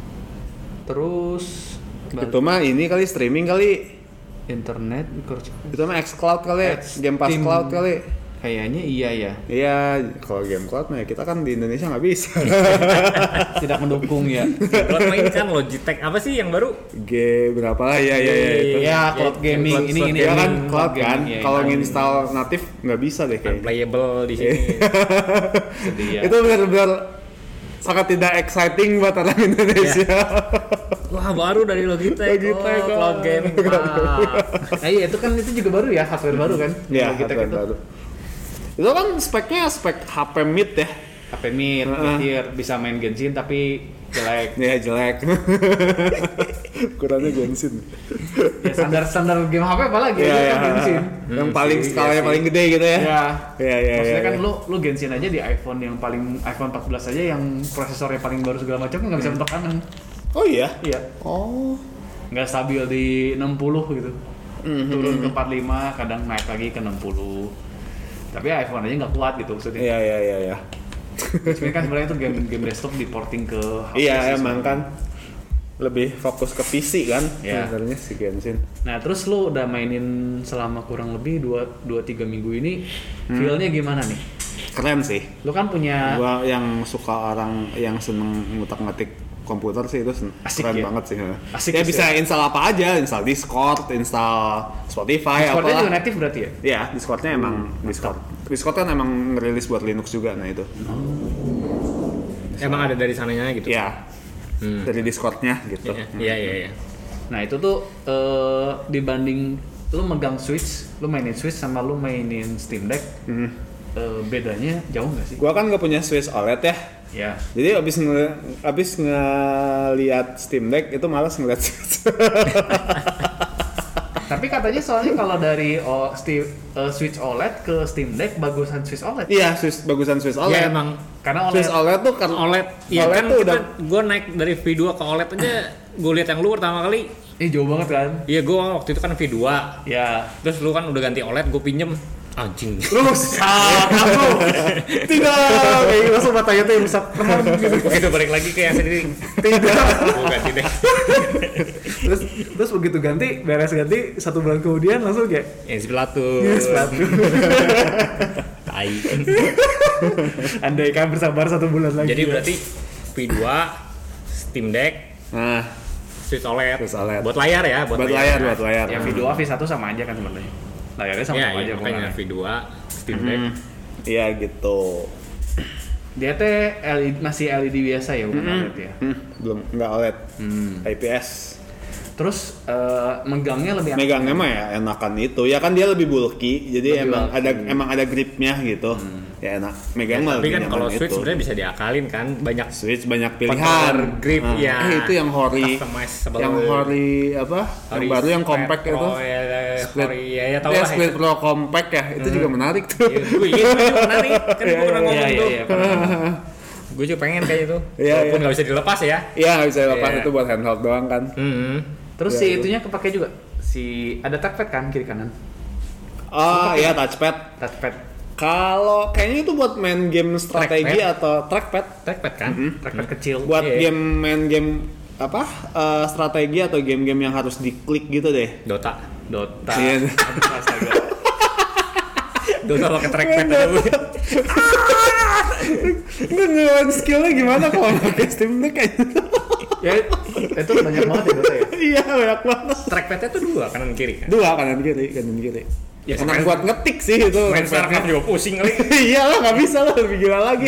S1: Terus
S2: Itu mah ini kali streaming kali.
S1: internet Microsoft.
S2: Itu mah xCloud kali.
S1: Edge,
S2: Game Pass
S1: Steam.
S2: Cloud kali.
S1: Kayaknya iya ya.
S2: Iya, kalau game cloud mah ya kita kan di Indonesia nggak bisa.
S1: Tidak mendukung ya.
S3: Cloud main kan Logitech apa sih yang baru?
S2: G berapa lah ya ya ya itu.
S1: Ya, cloud
S3: Ya,
S1: gaming
S3: cloud-
S1: ini
S3: cloud
S1: ini
S2: Iya kan
S1: gaming,
S2: cloud kan.
S1: gaming, ya,
S2: Kalau
S1: iya.
S2: nginstal natif nggak bisa deh kayaknya.
S3: Playable di sini.
S1: Sedih ya.
S2: Itu benar-benar sangat tidak exciting buat orang Indonesia.
S3: Wah, baru dari Logitech.
S2: Logitech,
S3: oh, cloud
S2: oh.
S3: gaming. Pak.
S1: Nah, iya itu kan itu juga baru ya, hardware baru kan.
S2: Iya,
S1: Logitech
S2: hardware
S1: itu.
S2: baru. Itu kan speknya spek H P mid ya.
S1: H P mid,
S2: Heeh.
S1: kecil, bisa main Genshin tapi jelek.
S2: Ya jelek. Kurangnya Genshin.
S1: Ya standar-standar game H P apalagi
S2: Iya
S1: itu
S2: ya.
S1: kan Genshin.
S2: Yang paling
S1: sih,
S2: skalanya
S1: iya sih.
S2: paling gede gitu ya.
S1: Ya.
S2: Iya iya
S1: Maksudnya
S2: iya.
S1: kan lu lu Genshin aja di iPhone yang paling iPhone empat belas aja yang prosesornya paling baru segala macam nggak bisa bentuk kanan.
S2: Oh iya.
S1: Iya.
S2: Oh.
S1: Nggak stabil di enam puluh gitu. Turun ke empat puluh lima, kadang naik lagi ke enam puluh. Tapi iPhone aja nggak kuat gitu maksudnya.
S2: Iya iya iya iya.
S1: Sebenarnya kan sebenarnya itu game game desktop di porting ke H P.
S2: Iya
S1: sih
S2: emang
S1: sebenarnya.
S2: kan lebih fokus ke P C kan
S1: Iya.
S2: sebenarnya si Genshin.
S1: Nah terus lu udah mainin selama kurang lebih dua tiga minggu ini, feel-nya gimana nih?
S2: Keren sih.
S1: Lu kan punya
S2: Gua yang suka orang yang seneng ngutak-ngatik komputer sih itu sen-
S1: Asik
S2: keren
S1: ya?
S2: banget sih.
S1: Asik
S2: ya
S1: sih
S2: bisa
S1: ya?
S2: install apa aja, install Discord, install Spotify
S1: Discord-nya
S2: apa.
S1: juga native berarti ya?
S2: Iya, Discordnya emang Discord. Discord kan emang ngerilis buat Linux juga, nah itu.
S3: Emang ada dari sananya gitu.
S2: Iya.
S3: Hmm.
S2: Dari Discordnya gitu.
S3: Iya, iya, iya, iya.
S1: Nah itu tuh eh, dibanding lu megang Switch, lu mainin Switch sama lu mainin Steam Deck,
S2: Hmm.
S1: eh, bedanya jauh nggak sih?
S2: Gua kan nggak punya Switch O L E D ya.
S1: Ya.
S2: Jadi abis nge abis ngeliat Steam Deck itu malas ngeliat Switch.
S1: Tapi katanya soalnya kalau dari oh, Steve, eh, Switch O L E D ke Steam Deck bagusan Switch O L E D.
S2: Iya, Switch bagusan Switch O L E D.
S3: Ya emang
S1: Karena O L E D
S2: Switch O L E D tuh kan
S3: O L E D, iya
S2: O L E D
S3: kan
S2: tuh
S3: kita,
S2: udah
S3: gue naik dari V dua ke O L E D aja, gue lihat yang lu pertama kali,
S1: eh jauh banget kan?
S3: iya gue waktu itu kan V dua,
S1: Ya.
S3: terus lu kan udah ganti O L E D, gue pinjem, anjing.
S1: Rusak aku. Tidak. Kayak langsung matanya tuh yang rusak. Gitu.
S3: Begitu balik lagi ke yang sendiri,
S1: Tidak.
S3: gue ganti deh.
S1: terus terus begitu ganti, beres ganti satu bulan kemudian langsung kayak
S3: Yang sebelah tuh.
S1: ya sepatu.
S3: Tai.
S1: Andai kan bersabar satu bulan lagi.
S3: Jadi berarti V dua, Steam Deck,
S2: nah,
S3: Switch O L E D,
S2: Switch O L E D.
S3: buat layar ya, buat,
S2: buat layar, buat layar.
S1: ya V dua V satu sama aja kan sebenarnya. Layarnya sama
S3: Ya,
S1: aja
S3: ya, makanya
S1: pokoknya.
S3: V dua, Steam Deck.
S2: Hmm. Iya gitu.
S1: Dia teh L E D, masih L E D biasa ya bukan O L E D ya.
S2: Hmm, belum nggak O L E D.
S1: Hmm.
S2: I P S.
S1: Terus eh, megangnya lebih enak.
S2: Megangnya mah ya enakan itu. Ya kan dia lebih bulky, jadi
S1: Lebih
S2: emang
S1: bulky.
S2: ada emang ada gripnya gitu. Ya enak. Megang mah
S3: Tapi
S2: lebih
S3: kan
S2: nyaman
S3: kalau
S2: itu.
S3: Switch sebenarnya bisa diakalin kan, banyak
S2: Switch banyak
S3: controller,
S2: pilihan.
S3: grip
S2: Nah,
S3: ya.
S2: eh, itu yang Hori.
S3: Customizable.
S2: Yang Hori apa? yang baru yang compact
S3: Pro,
S2: itu.
S3: ya, ya,
S2: Split,
S3: Hori, ya, ya tau
S2: ya,
S3: lah
S2: Split
S3: itu.
S2: Pro compact ya. Itu juga menarik tuh.
S3: Ya, gue iya, itu menarik kan gue pernah ngomong
S1: Iya iya
S3: tuh.
S1: iya. pernah.
S3: Gue juga pengen kayak itu.
S2: Iya,
S3: Walaupun
S2: iya.
S3: nggak bisa dilepas ya.
S2: Iya nggak bisa lepas
S3: Iya.
S2: itu buat handheld doang kan.
S3: Hmm.
S1: Terus
S2: Ya,
S1: si
S2: itu.
S1: itunya kepake juga. Si ada trackpad kan kiri kanan.
S2: Oh iya touchpad.
S1: Trackpad.
S2: Kalau kayaknya itu buat main game strategi
S3: Trackpad.
S2: atau trackpad.
S3: Trackpad kan?
S1: Trackpad kecil.
S2: Buat
S3: Iya.
S2: game main game apa eh, strategi atau game-game yang harus diklik gitu deh.
S3: Dota.
S1: Dota.
S2: Iya.
S1: Astaga.
S3: Dota pakai trackpad aja Bu.
S2: Nggak ngelawan skillnya gimana kalau pakai Steam Deck kayaknya.
S1: Ya itu banyak banget ya Dota ya.
S2: Iya banyak banget.
S3: Trackpadnya tuh dua kanan kiri kan.
S2: Dua kanan kiri kanan kiri.
S3: Ya,
S2: Enak
S3: main-
S2: buat ngetik sih itu.
S3: Main Starcraft juga pusing kali.
S2: Iya lah nggak bisa lah lebih gila lagi.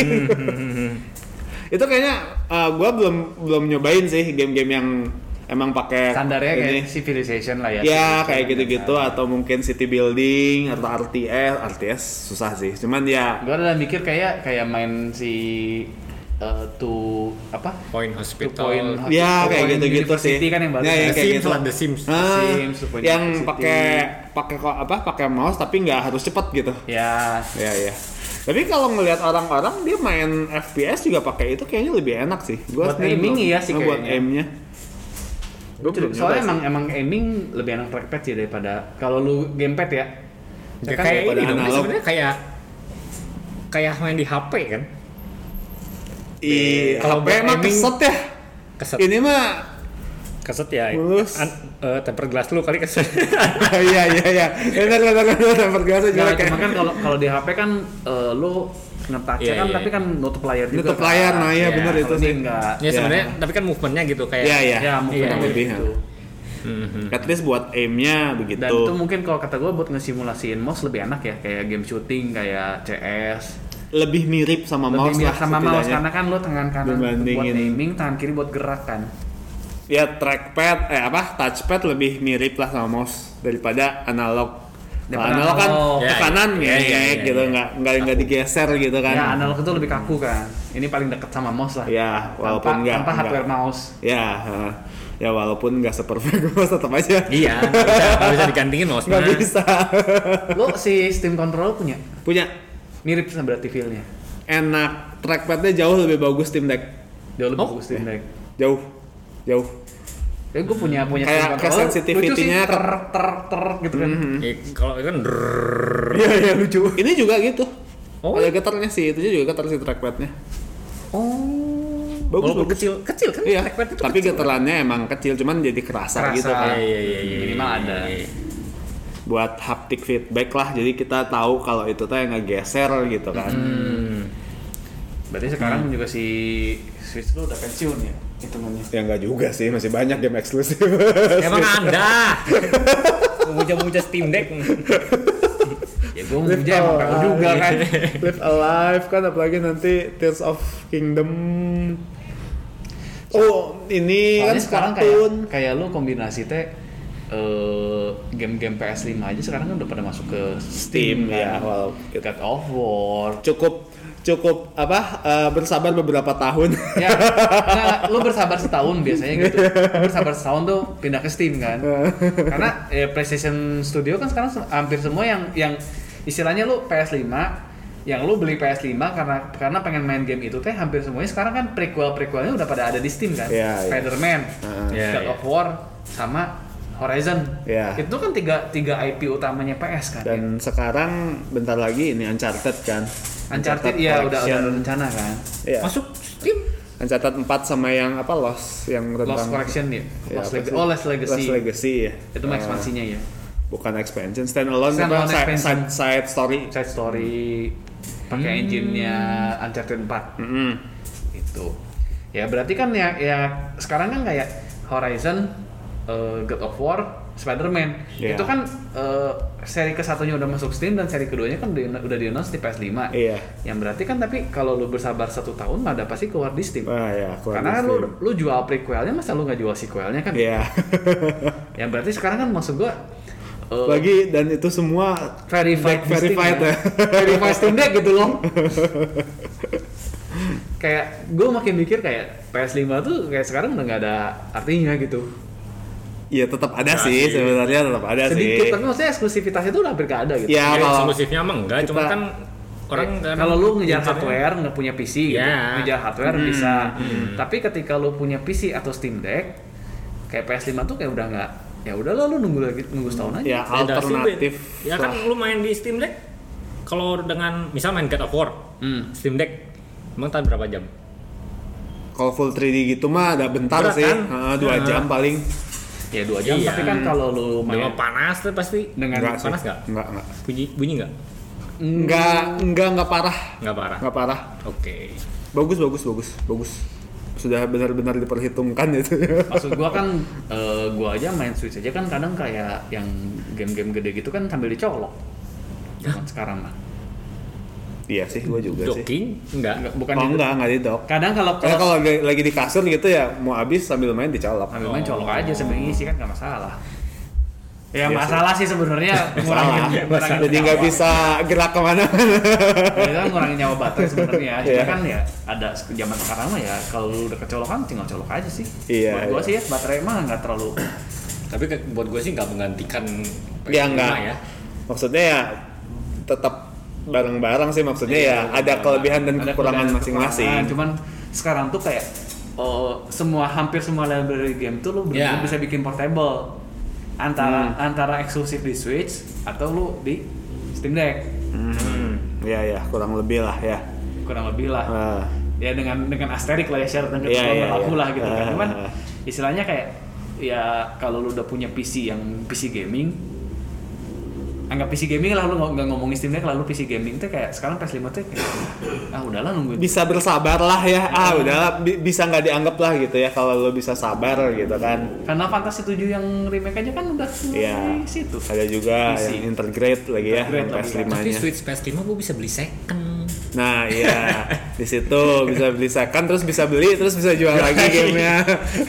S2: Itu kayaknya uh, gue belum belum nyobain sih game-game yang emang pakai
S1: Standarnya
S2: ini.
S1: kayak Civilization lah ya.
S2: Ya
S1: Civilization
S2: kayak
S1: kan.
S2: gitu-gitu atau mungkin city building atau R T S, R T S susah sih. Cuman ya
S1: Gue udah mikir kayak kayak main si uh, tuh apa?
S3: Point
S1: Two
S3: Hospital.
S1: Point
S2: ya
S1: Two
S2: kayak
S1: Point
S2: gitu-gitu sih.
S1: University kan yang baru.
S2: Ya, ya,
S3: The
S2: kayak
S3: Sims
S2: gitu.
S3: lah, The Sims.
S2: Ah,
S1: Sims, Two Point
S2: yang
S1: University.
S2: pakai pakai kok apa pakai mouse tapi nggak harus cepet gitu.
S1: Ya,
S2: Ya ya. Tapi kalau ngelihat orang-orang dia main F P S juga pakai itu kayaknya lebih enak sih. Gua
S1: Buat
S2: sendiri
S1: aiming
S2: belum-
S1: iya sih
S2: nah, buat
S1: kayaknya.
S2: aimnya. Gua belum
S1: soalnya
S2: nyoba
S1: emang emang aiming lebih enak trackpad sih daripada kalau lu gamepad ya.
S3: Ya,
S1: kan
S3: kayak
S2: daripada
S3: ini dong, ini
S2: analog.
S3: sebenarnya kayak kayak main di H P kan.
S2: sih. Iya,
S3: Kalau
S2: H P
S3: buat
S2: mah
S3: aiming-
S2: keset ya.
S3: Keset.
S2: Ini mah
S3: Keset ya.
S2: Mulus.
S3: An- eh, tempered glass lu kali keset.
S2: iya iya iya. Benar benar benar tempat biasa juga
S1: Nah,
S2: kayak.
S1: cuma kan kalau kalau di H P kan eh, lu ngetouch
S3: Iya,
S1: kan
S3: iya.
S1: tapi kan nutup layar juga.
S2: Nutup layar, nah iya, bener itu
S1: kalau
S2: sih.
S1: ini enggak.
S3: Ya sebenarnya tapi kan movementnya gitu kayak.
S2: Iya iya.
S1: Ya, mungkin
S3: Iya,
S1: lebih
S2: lebih,
S1: gitu.
S3: Mhm.
S2: At least buat aimnya begitu.
S1: Dan itu mungkin kalau kata gue buat ngesimulasiin mouse lebih enak ya, kayak game shooting kayak C S.
S2: lebih mirip sama
S1: Lebih
S2: mouse
S1: mirip
S2: lah
S1: sama mouse
S2: setidaknya.
S1: karena kan lo tangan kanan buat
S2: Dibandingin.
S1: aiming, tangan kiri buat gerak kan.
S2: Ya trackpad eh apa touchpad lebih mirip lah sama mouse daripada analog. Kalau
S1: Daripada
S2: analog kan
S1: analog.
S2: ke
S3: Ya,
S2: kanan
S3: iya,
S2: ngek
S3: iya, iya,
S2: gitu
S3: iya.
S2: nggak nggak nggak digeser gitu kan.
S1: Ya analog itu lebih kaku kan. Ini paling dekat sama mouse lah.
S2: Ya, walaupun
S1: tanpa,
S2: nggak
S1: tanpa
S2: nggak-
S1: hardware mouse.
S2: Ya, heeh. ya walaupun nggak seperfect mouse tetap aja
S3: Iya, nggak bisa, nggak bisa digantingin mouse.
S2: nggak bisa.
S1: Lo si Steam controller punya
S2: Punya
S1: mirip sama berarti feel-nya.
S2: enak trackpadnya jauh lebih bagus Steam Deck.
S1: Jauh lebih
S3: Oh,
S1: bagus Steam Deck.
S2: Jauh, jauh.
S1: Ya gue punya punya
S2: Kayak-
S1: Steam
S2: kayak
S1: controller.
S2: sensitivity-nya
S1: lucu sih, ter ter ter gitu kan.
S3: Eh, kalau itu kan drrrr.
S2: Iya iya lucu. Ini juga gitu.
S3: Oh.
S2: Ada getarnya sih, itu juga getar si trackpadnya.
S3: Oh.
S2: Bagus,
S3: Walaupun
S2: bagus.
S3: kecil, kecil kan?
S2: Iya,
S3: trackpad itu
S2: tapi
S3: kecil,
S2: getarannya emang kecil, cuman jadi kerasa,
S1: Kerasa.
S2: gitu kan.
S3: Iya, iya, iya, iya.
S1: Minimal ada.
S2: Buat haptic feedback lah, jadi kita tahu kalau itu tuh yang ngegeser gitu kan.
S3: Hmm.
S1: Berarti sekarang juga si Switch lu udah pensiun ya hitungannya.
S2: Ya enggak juga sih, masih banyak game eksklusif.
S3: Emang ada. Muja-muja Steam Deck.
S1: Ya gue muja emang pengen juga kan.
S2: Live Alive kan, apalagi nanti Tears of Kingdom. Oh, ini
S1: Soalnya
S2: kan
S1: sekarang
S2: kartun.
S1: kayak kayak lu kombinasi teh eh, game-game P S lima aja sekarang kan udah pada masuk ke Steam,
S2: Steam, ya,
S1: kan.
S2: walau
S1: God of War.
S2: cukup cukup apa eh, bersabar beberapa tahun.
S1: Ya, nah, lu bersabar setahun biasanya gitu. Lu bersabar setahun tuh pindah ke Steam kan. Karena eh, PlayStation Studio kan sekarang se- hampir semua yang yang istilahnya lu P S lima, yang lu beli P S lima karena karena pengen main game itu teh hampir semuanya sekarang kan prequel-prequelnya udah pada ada di Steam kan.
S2: Iya, iya.
S1: Spider-Man,
S2: Heeh.
S3: Iya,
S1: God
S3: iya.
S1: of War sama Horizon.
S2: Iya.
S1: Itu kan tiga tiga I P utamanya P S kan.
S2: Dan sekarang bentar lagi ini Uncharted kan.
S1: Uncharted ya udah udah
S2: Collection.
S1: ada rencana kan.
S2: Iya.
S3: Masuk Steam.
S2: Uncharted empat sama yang apa Lost yang tentang
S1: Lost Collection ya.
S2: Ya,
S1: Lost
S2: apa
S1: Leg-
S2: sih?
S1: oh Lost Legacy.
S2: Lost Legacy ya.
S1: Itu mah
S2: Eh,
S1: ekspansinya ya.
S2: bukan expansion, standalone,
S1: Standalone
S2: apa side,
S1: expansion.
S2: side, side story.
S1: Side story pakai
S3: Hmm.
S1: engine-nya Uncharted empat.
S2: Mm-mm.
S1: Itu. Ya berarti kan ya ya sekarang kan kayak Horizon, eh, God of War, Spider-Man.
S2: Iya.
S1: Itu kan eh, seri kesatunya udah masuk Steam dan seri keduanya kan di, udah di-announce di P S lima.
S2: Iya.
S1: Yang berarti kan tapi kalau lu bersabar satu tahun mah ada pasti keluar di Steam.
S2: Wah ya, keluar
S1: Karena
S2: di
S1: kan lu,
S2: Steam.
S1: lu jual prequelnya masa lu nggak jual sequelnya kan?
S2: Iya.
S1: Yang berarti sekarang kan maksud gua eh,
S2: Lagi dan itu semua
S1: verified
S2: Deck verified
S1: Steam,
S2: ya.
S1: verified Steam Deck gitu loh. Kayak gue makin mikir kayak P S lima tuh kayak sekarang udah nggak ada artinya gitu.
S2: Iya tetap ada
S3: Nah,
S2: sih
S3: sih.
S2: sebenarnya tetap ada
S1: Sedikit
S2: sih.
S1: tapi maksudnya eksklusivitasnya tuh udah hampir nggak ada gitu.
S2: Ya
S3: Ya,
S2: kalau
S3: eksklusifnya emang enggak, cuma
S2: kita-
S3: kan orang
S1: Eh,
S3: kan
S1: kalau lu ngejar
S3: internet-
S1: hardware nggak punya P C gitu.
S3: Ya.
S1: Ngejar hardware
S3: Hmm,
S1: bisa.
S3: hmm.
S1: Tapi ketika lu punya P C atau Steam Deck kayak P S lima tuh kayak udah nggak, ya udah lah lu nunggu lagi nunggu setahun aja.
S2: Ya
S3: Beda sih,
S2: alternatif.
S3: Ben. Ya kan lu main di Steam Deck kalau dengan misal main God of War
S1: Hmm.
S3: Steam Deck emang tahan berapa jam?
S2: Kalau full tiga D gitu mah ada bentar
S3: Berat,
S2: sih,
S3: kan?
S2: Heeh, dua
S3: Nah.
S2: jam paling.
S1: Ya dua jam.
S3: Iya.
S1: Tapi kan kalau lu main
S3: Dengan panas tuh pasti
S1: dengan
S2: Enggak sih.
S3: panas nggak?
S2: Enggak, enggak.
S3: Bunyi bunyi nggak?
S2: Enggak, enggak, enggak parah.
S3: Nggak parah.
S2: Enggak parah.
S3: Oke.
S2: Bagus, bagus, bagus, bagus. Sudah benar-benar diperhitungkan itu.
S1: maksud gua kan eh, gua aja main Switch aja kan kadang kayak yang game-game gede gitu kan sambil dicolok. Zaman sekarang mah.
S2: Iya sih, gua juga sih.
S3: Docking? Enggak.
S1: Enggak, bukan
S2: Oh
S1: gitu.
S2: enggak, enggak di dock.
S1: Kadang kalau
S2: Karena
S1: kalau
S2: kalau lagi lagi di kasur gitu ya mau habis sambil main dicolok.
S1: sambil main colok aja sambil ngisi kan nggak masalah. Ya
S2: Iya
S1: masalah sih sebenarnya ngurangin,
S2: Salah.
S1: ngurangin
S2: Jadi nggak
S1: nyawa.
S2: bisa gerak kemana-mana.
S1: Ya, itu kan ngurangin nyawa baterai sebenarnya. Cuma
S2: Iya.
S1: kan ya ada zaman sekarang mah ya kalau lu udah kecolokan tinggal colok aja sih.
S2: Iya,
S1: Buat gua
S2: iya.
S1: sih ya baterai mah nggak terlalu.
S3: Tapi ke- buat gue sih nggak menggantikan P S
S2: Ya
S3: lima
S2: enggak.
S3: ya.
S2: Maksudnya ya tetap bareng-bareng sih maksudnya
S1: Iya,
S2: ya ada kelebihan dan
S1: ada
S2: kekurangan
S1: kelebihan,
S2: masing-masing.
S1: kekurangan. Cuman sekarang tuh kayak oh, semua hampir semua library game tuh lu
S3: Ya.
S1: bener-bener bisa bikin portable antara
S2: Hmm.
S1: antara eksklusif di Switch atau lu di Steam Deck
S2: Hmm. Ya ya kurang lebih lah ya.
S1: kurang lebih lah.
S2: Ah.
S1: Ya dengan dengan asterik lah ya syarat dan
S2: Iya,
S1: ketentuan
S2: iya,
S1: berlaku
S2: iya.
S1: lah gitu kan.
S2: Ah,
S1: Cuman
S2: ah, ah.
S1: istilahnya kayak ya kalau lu udah punya P C yang P C gaming, anggap P C gaming lah, lu nggak nggak ngomongin Steam Deck, lalu P C gaming tuh kayak sekarang P S lima tuh kayak ah udahlah nungguin.
S2: Bisa bersabar lah ya. Ah udahlah bi- bisa nggak dianggap lah gitu ya kalau lo bisa sabar gitu kan.
S1: Karena Fantasy tujuh yang remake aja kan udah
S2: Iya.
S1: di situ.
S2: Ada juga
S1: P C.
S2: yang integrate lagi ya
S1: Integrate
S2: yang P S
S1: lagi.
S2: lima
S3: Tapi
S2: nya.
S3: Switch P S lima gue bisa beli second.
S2: Nah iya di situ bisa beli second terus bisa beli terus bisa jual lagi gamenya.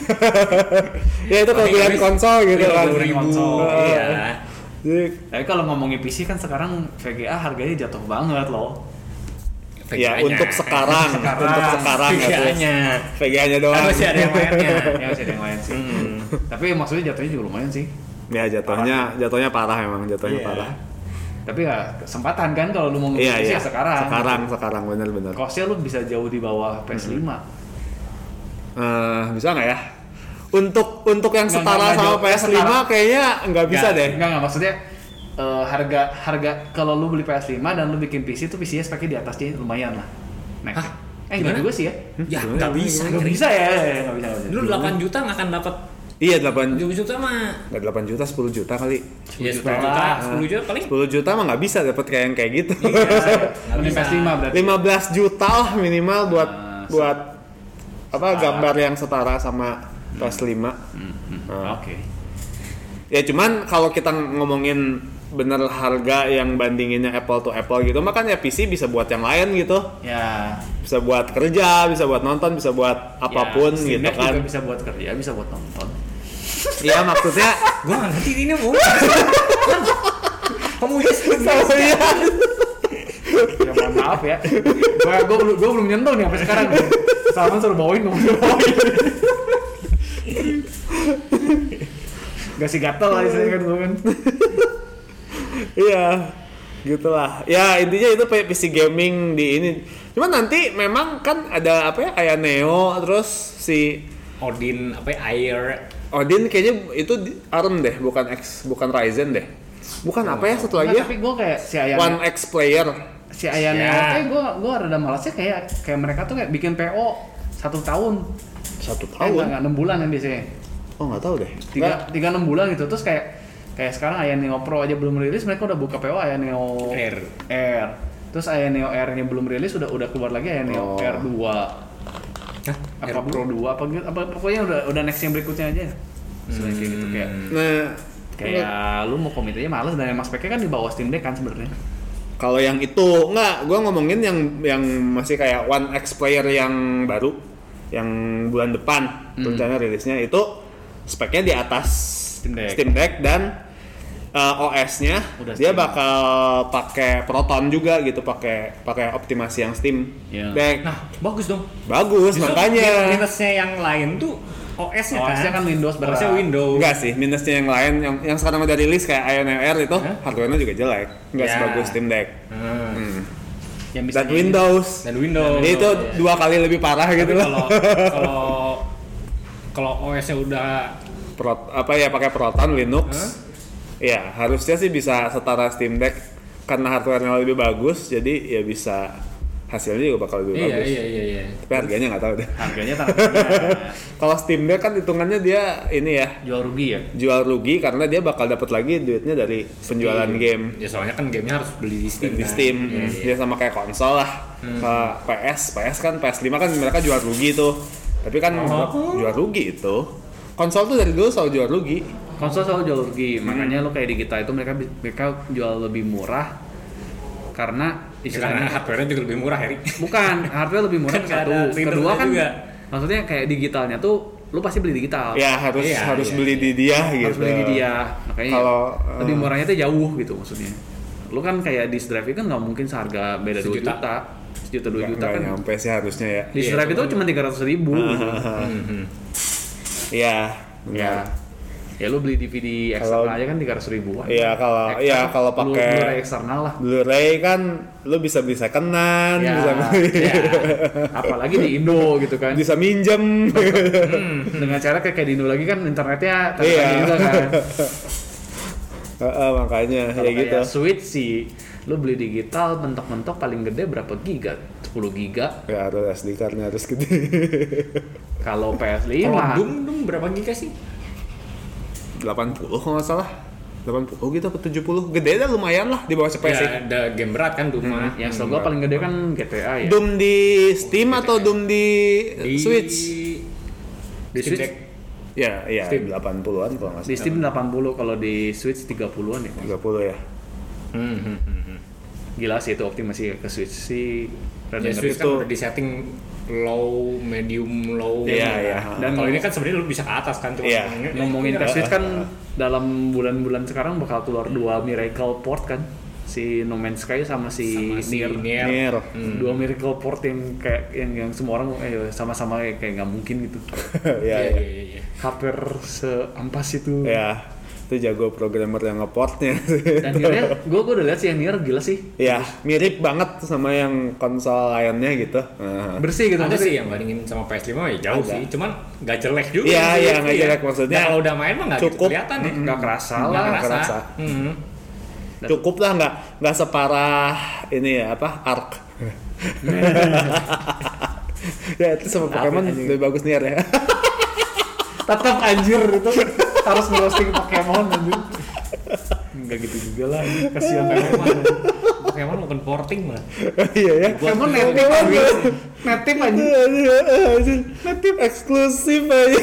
S2: Ya itu kelebihan
S3: Tapi-
S2: konsol gitu
S1: Iya,
S2: kan.
S1: kelebihan konsol.
S2: Heeh.
S3: Iya.
S2: Jadi,
S1: Tapi kalau ngomongin P C kan sekarang V G A harganya jatuh banget loh.
S2: ya
S3: V G A-nya.
S2: untuk sekarang,
S1: Sekarang.
S2: untuk sekarang ya terus.
S3: V G A-nya.
S2: V G A-nya doang.
S3: Kan masih ada yang lainnya.
S1: Ya masih ada yang lain sih.
S3: Hmm.
S1: Tapi maksudnya jatuhnya juga lumayan sih.
S2: Ya jatuhnya, jatuhnya parah emang, jatuhnya
S3: Iya.
S2: parah.
S1: Tapi ya kesempatan kan kalau lu mau ngebeli
S2: Iya
S1: P C
S2: iya.
S1: ya sekarang.
S2: Sekarang, sekarang benar-benar.
S1: Costnya lu bisa jauh di bawah P S lima.
S2: Eh, bisa nggak ya? Untuk untuk yang
S1: Nggak,
S2: setara
S1: nggak,
S2: sama
S1: nggak
S2: P S lima
S1: setara.
S2: kayaknya nggak bisa
S1: Nggak,
S2: deh.
S1: Enggak enggak maksudnya eh, harga harga kalau lu beli P S lima dan lu bikin P C tuh P C-nya speknya di atasnya lumayan lah. Nah.
S3: Hah?
S1: Eh enggak
S3: Gimana?
S1: juga sih ya.
S3: Ya
S2: Gimana?
S3: nggak bisa.
S1: Enggak
S3: Kiri.
S1: bisa ya, enggak bisa enggak bisa.
S3: Lu delapan juta nggak akan dapat
S2: Iya delapan
S3: tujuh juta mah.
S2: nggak delapan juta, sepuluh juta kali.
S3: Ya
S1: juta
S3: sepuluh juta,
S1: lah.
S3: sepuluh juta paling.
S2: sepuluh juta mah nggak bisa dapat kayak yang kayak gitu.
S3: Nggak
S1: Beli
S3: bisa.
S1: P S lima berarti.
S2: lima belas juta lah minimal buat
S1: Nah,
S2: buat apa
S1: setara.
S2: gambar yang setara sama P S lima.
S1: Hmm, hmm.
S2: Nah.
S1: Oke.
S2: Ya cuman kalau kita ngomongin bener harga yang bandinginnya apple to apple gitu, makanya P C bisa buat yang lain gitu.
S1: Ya.
S2: Bisa buat kerja, bisa buat nonton, bisa buat apapun
S1: ya, Steam
S2: gitu
S1: Deck
S2: kan.
S1: juga bisa buat kerja, bisa buat nonton.
S2: Iya maksudnya
S3: Gue nggak ngerti ini mau. Kamu ya
S2: sama ya.
S1: Ya mohon maaf ya. Gua gua belum gua belum nyentuh nih sampai sekarang. Salman suruh bawain, gua belum bawain. Gak sih gatel lah istilahnya kan gua kan.
S2: Iya, gitulah. Ya intinya itu P C gaming di ini. Cuman nanti memang kan ada apa ya kayak Neo terus si
S3: Odin apa ya, Air.
S2: Odin kayaknya itu di- ARM deh, bukan X, bukan Ryzen deh. Bukan apa ya satu lagi ya?
S1: Tapi gua kayak si Ayane
S2: One X player.
S1: si Ayane
S3: Ya.
S1: kayak gua gua rada malasnya kayak kayak mereka tuh kayak bikin P O satu tahun.
S2: Satu
S1: Eh,
S2: tahun.
S1: enggak, enggak, enam bulan yang biasanya.
S2: Oh nggak tahu deh.
S1: Tiga,
S2: Nggak.
S1: tiga enam bulan gitu. Terus kayak kayak sekarang Aya Neo Pro aja belum rilis, mereka udah buka P O Aya Neo
S3: Air.
S1: Air. Terus Aya Neo Air-nya belum rilis, udah udah keluar lagi Aya Neo
S2: Oh.
S1: Air dua.
S3: Hah?
S1: Apa Pro dua apa gitu, apa pokoknya udah udah next yang berikutnya aja. Sebenarnya kayak gitu kayak
S2: Nah,
S1: kayak lu mau komit aja males, dan emang speknya kan di bawah Steam Deck kan sebenarnya.
S2: kalau yang itu enggak, gua ngomongin yang yang masih kayak One X player yang baru, yang bulan depan
S1: Hmm.
S2: rencana rilisnya itu speknya di atas
S1: Steam Deck.
S2: dan uh, O S-nya
S1: Udah
S2: dia
S1: Steam.
S2: bakal pakai Proton juga gitu, pakai pakai optimasi yang Steam
S1: Iya.
S2: Deck.
S3: Nah, bagus dong.
S2: Bagus
S3: Justru
S2: makanya.
S3: minusnya yang lain tuh O S-nya
S1: O
S3: kan.
S1: S-nya kan Windows berat.
S3: O S-nya Windows.
S2: Enggak sih, minusnya yang lain yang yang sekarang udah rilis kayak Ion Air itu
S3: Hah?
S2: hardware-nya juga jelek. Enggak
S3: Ya.
S2: sebagus Steam Deck.
S3: Hmm.
S2: Hmm.
S1: yang
S2: dan Windows.
S3: Dan Windows.
S2: Jadi itu dua kali lebih parah gitu
S3: Tapi
S2: loh.
S3: kalau kalau kalau O S-nya udah
S2: Pro, apa ya pakai Proton Linux.
S3: Huh?
S2: Ya, harusnya sih bisa setara Steam Deck karena hardware-nya lebih bagus, jadi ya bisa hasilnya juga bakal lebih
S3: iya,
S2: bagus.
S3: iya iya iya.
S2: Tapi harganya nggak tahu deh.
S1: harganya tangannya
S2: Kalau Steam Deck kan hitungannya dia ini ya,
S1: jual rugi ya.
S2: jual rugi karena dia bakal dapat lagi duitnya dari penjualan game
S3: Ya soalnya kan gamenya harus beli di Steam.
S2: di
S3: kan?
S2: Steam.
S3: Iya,
S2: Hmm,
S3: iya.
S2: Dia sama kayak konsol lah. Kalau P S, P S kan P S lima kan mereka jual rugi tuh. Tapi kan
S3: Oh.
S2: jual rugi itu. Konsol tuh dari dulu selalu jual rugi.
S1: Konsol selalu jual rugi, makanya lo kayak di kita itu mereka mereka jual lebih murah karena
S3: Karena
S1: istilahnya
S3: hardware-nya juga lebih murah, Heri.
S1: bukan hardware lebih murah
S3: Kan
S1: satu,
S3: ada printernya
S1: kedua kan
S3: juga.
S1: maksudnya kayak digitalnya tuh lo pasti beli digital,
S2: Ya harus
S3: Iya,
S2: harus
S3: iya,
S2: beli
S3: iya.
S2: di dia gitu.
S1: harus beli di dia, makanya
S2: Kalau,
S1: lebih
S2: eh,
S1: murahnya tuh jauh gitu maksudnya. Lo kan kayak disk drive kan nggak mungkin seharga beda dua
S3: Sejuta.
S1: juta, sejuta dua
S2: Nggak-
S1: juta
S2: nggak
S1: kan.
S2: nyampe sih harusnya ya.
S1: Disk
S3: Iya,
S1: drive itu
S3: cuman-
S1: cuma tiga ratus ribu. gitu.
S3: Mhm.
S2: Iya.
S1: Ya, ya lo beli D V D
S2: Kalau-
S1: eksternal aja kan tiga ratus ribuan.
S2: Iya kalau
S1: Ek-
S2: ya
S1: apa,
S2: kalau
S1: Blu-
S2: pakai
S1: Blu-ray eksternal lah.
S2: Blu-ray kan lu bisa beli secondan,
S1: Ya,
S2: bisa beli,
S1: ya. Apalagi di Indo gitu kan.
S2: bisa minjem.
S1: Dengan cara kayak di Indo lagi kan internetnya terbatas
S2: Iya.
S1: juga kan.
S2: Heeh, makanya
S1: Kalau
S2: ya gitu.
S1: kayak Switch sih, lu beli digital mentok-mentok paling gede berapa giga? sepuluh giga.
S2: Ya harus S D card-nya harus gede.
S1: Kalau P S
S3: Kalau
S1: lima
S3: Doom, Doom berapa giga sih?
S2: delapan puluh kalau nggak salah. delapan puluh gitu atau tujuh puluh. Gede dah lumayan lah di bawah C P S.
S3: Ya, ada game berat kan Doom mah.
S1: yang setahu gua paling gede kan G T A ya.
S2: Doom di Steam atau Doom di,
S3: Di
S2: Switch?
S1: Di
S3: Steam
S1: Switch
S3: Deck.
S2: Ya, ya
S3: Steam.
S2: delapan puluhan kalau nggak
S1: di
S2: salah.
S1: Steam delapan puluh, kalau di Switch tiga puluhan ya.
S2: tiga puluh ya.
S3: Hmm, hmm, hmm, hmm.
S1: Gila sih itu optimasi ke Switch sih. Rada
S3: Ya,
S1: ngeri.
S3: Switch kan
S2: itu-
S3: udah di setting low, medium, low.
S2: Iya, iya.
S3: Dan kalau ini kan sebenarnya lu bisa ke atas kan, cuma
S2: Iya.
S1: Ngomongin
S3: ya,
S1: ke Switch kan dalam bulan-bulan sekarang bakal keluar dua Miracle Port kan, si No Man's Sky sama si
S3: sama si
S1: Nier.
S3: Nier.
S2: Nier.
S3: Hmm.
S1: Dua Miracle Port yang kayak yang, yang semua orang eh sama-sama kayak kayak nggak mungkin gitu.
S2: Ya,
S3: Iya,
S2: ya.
S3: iya, iya.
S1: Hampir seampas itu.
S2: Ya, itu jago programmer yang ngeportnya.
S1: Dan Nier, gue gue udah lihat sih yang Nier gila sih.
S2: Ya, mirip banget sama yang konsol lainnya gitu. Nah.
S1: Bersih gitu.
S3: Ada
S1: maksudnya.
S3: sih yang bandingin sama P S lima ya jauh
S2: Ada.
S3: sih, cuman nggak jelek juga.
S2: Iya,
S3: sih.
S2: iya, nggak jelek. Maksudnya
S3: Nah, kalau udah main mah nggak gitu
S2: cukup.
S3: kelihatan ya.
S1: nggak kerasa
S3: Nggak
S1: lah.
S2: nggak
S3: kerasa.
S2: kerasa.
S3: Hmm.
S2: Cukup lah, nggak nggak separah ini ya apa Ark. Ya itu sama Pokemon
S1: anjing.
S2: lebih bagus nih ya.
S1: Tetap anjir itu harus ngerosting Pokemon anjir. Enggak gitu juga lah, anjir. Kasihan Pokemon.
S3: Pokemon open porting malah.
S2: Iya ya.
S1: Pokemon native anjir. Native anjir.
S2: Anjir, native eksklusif aja.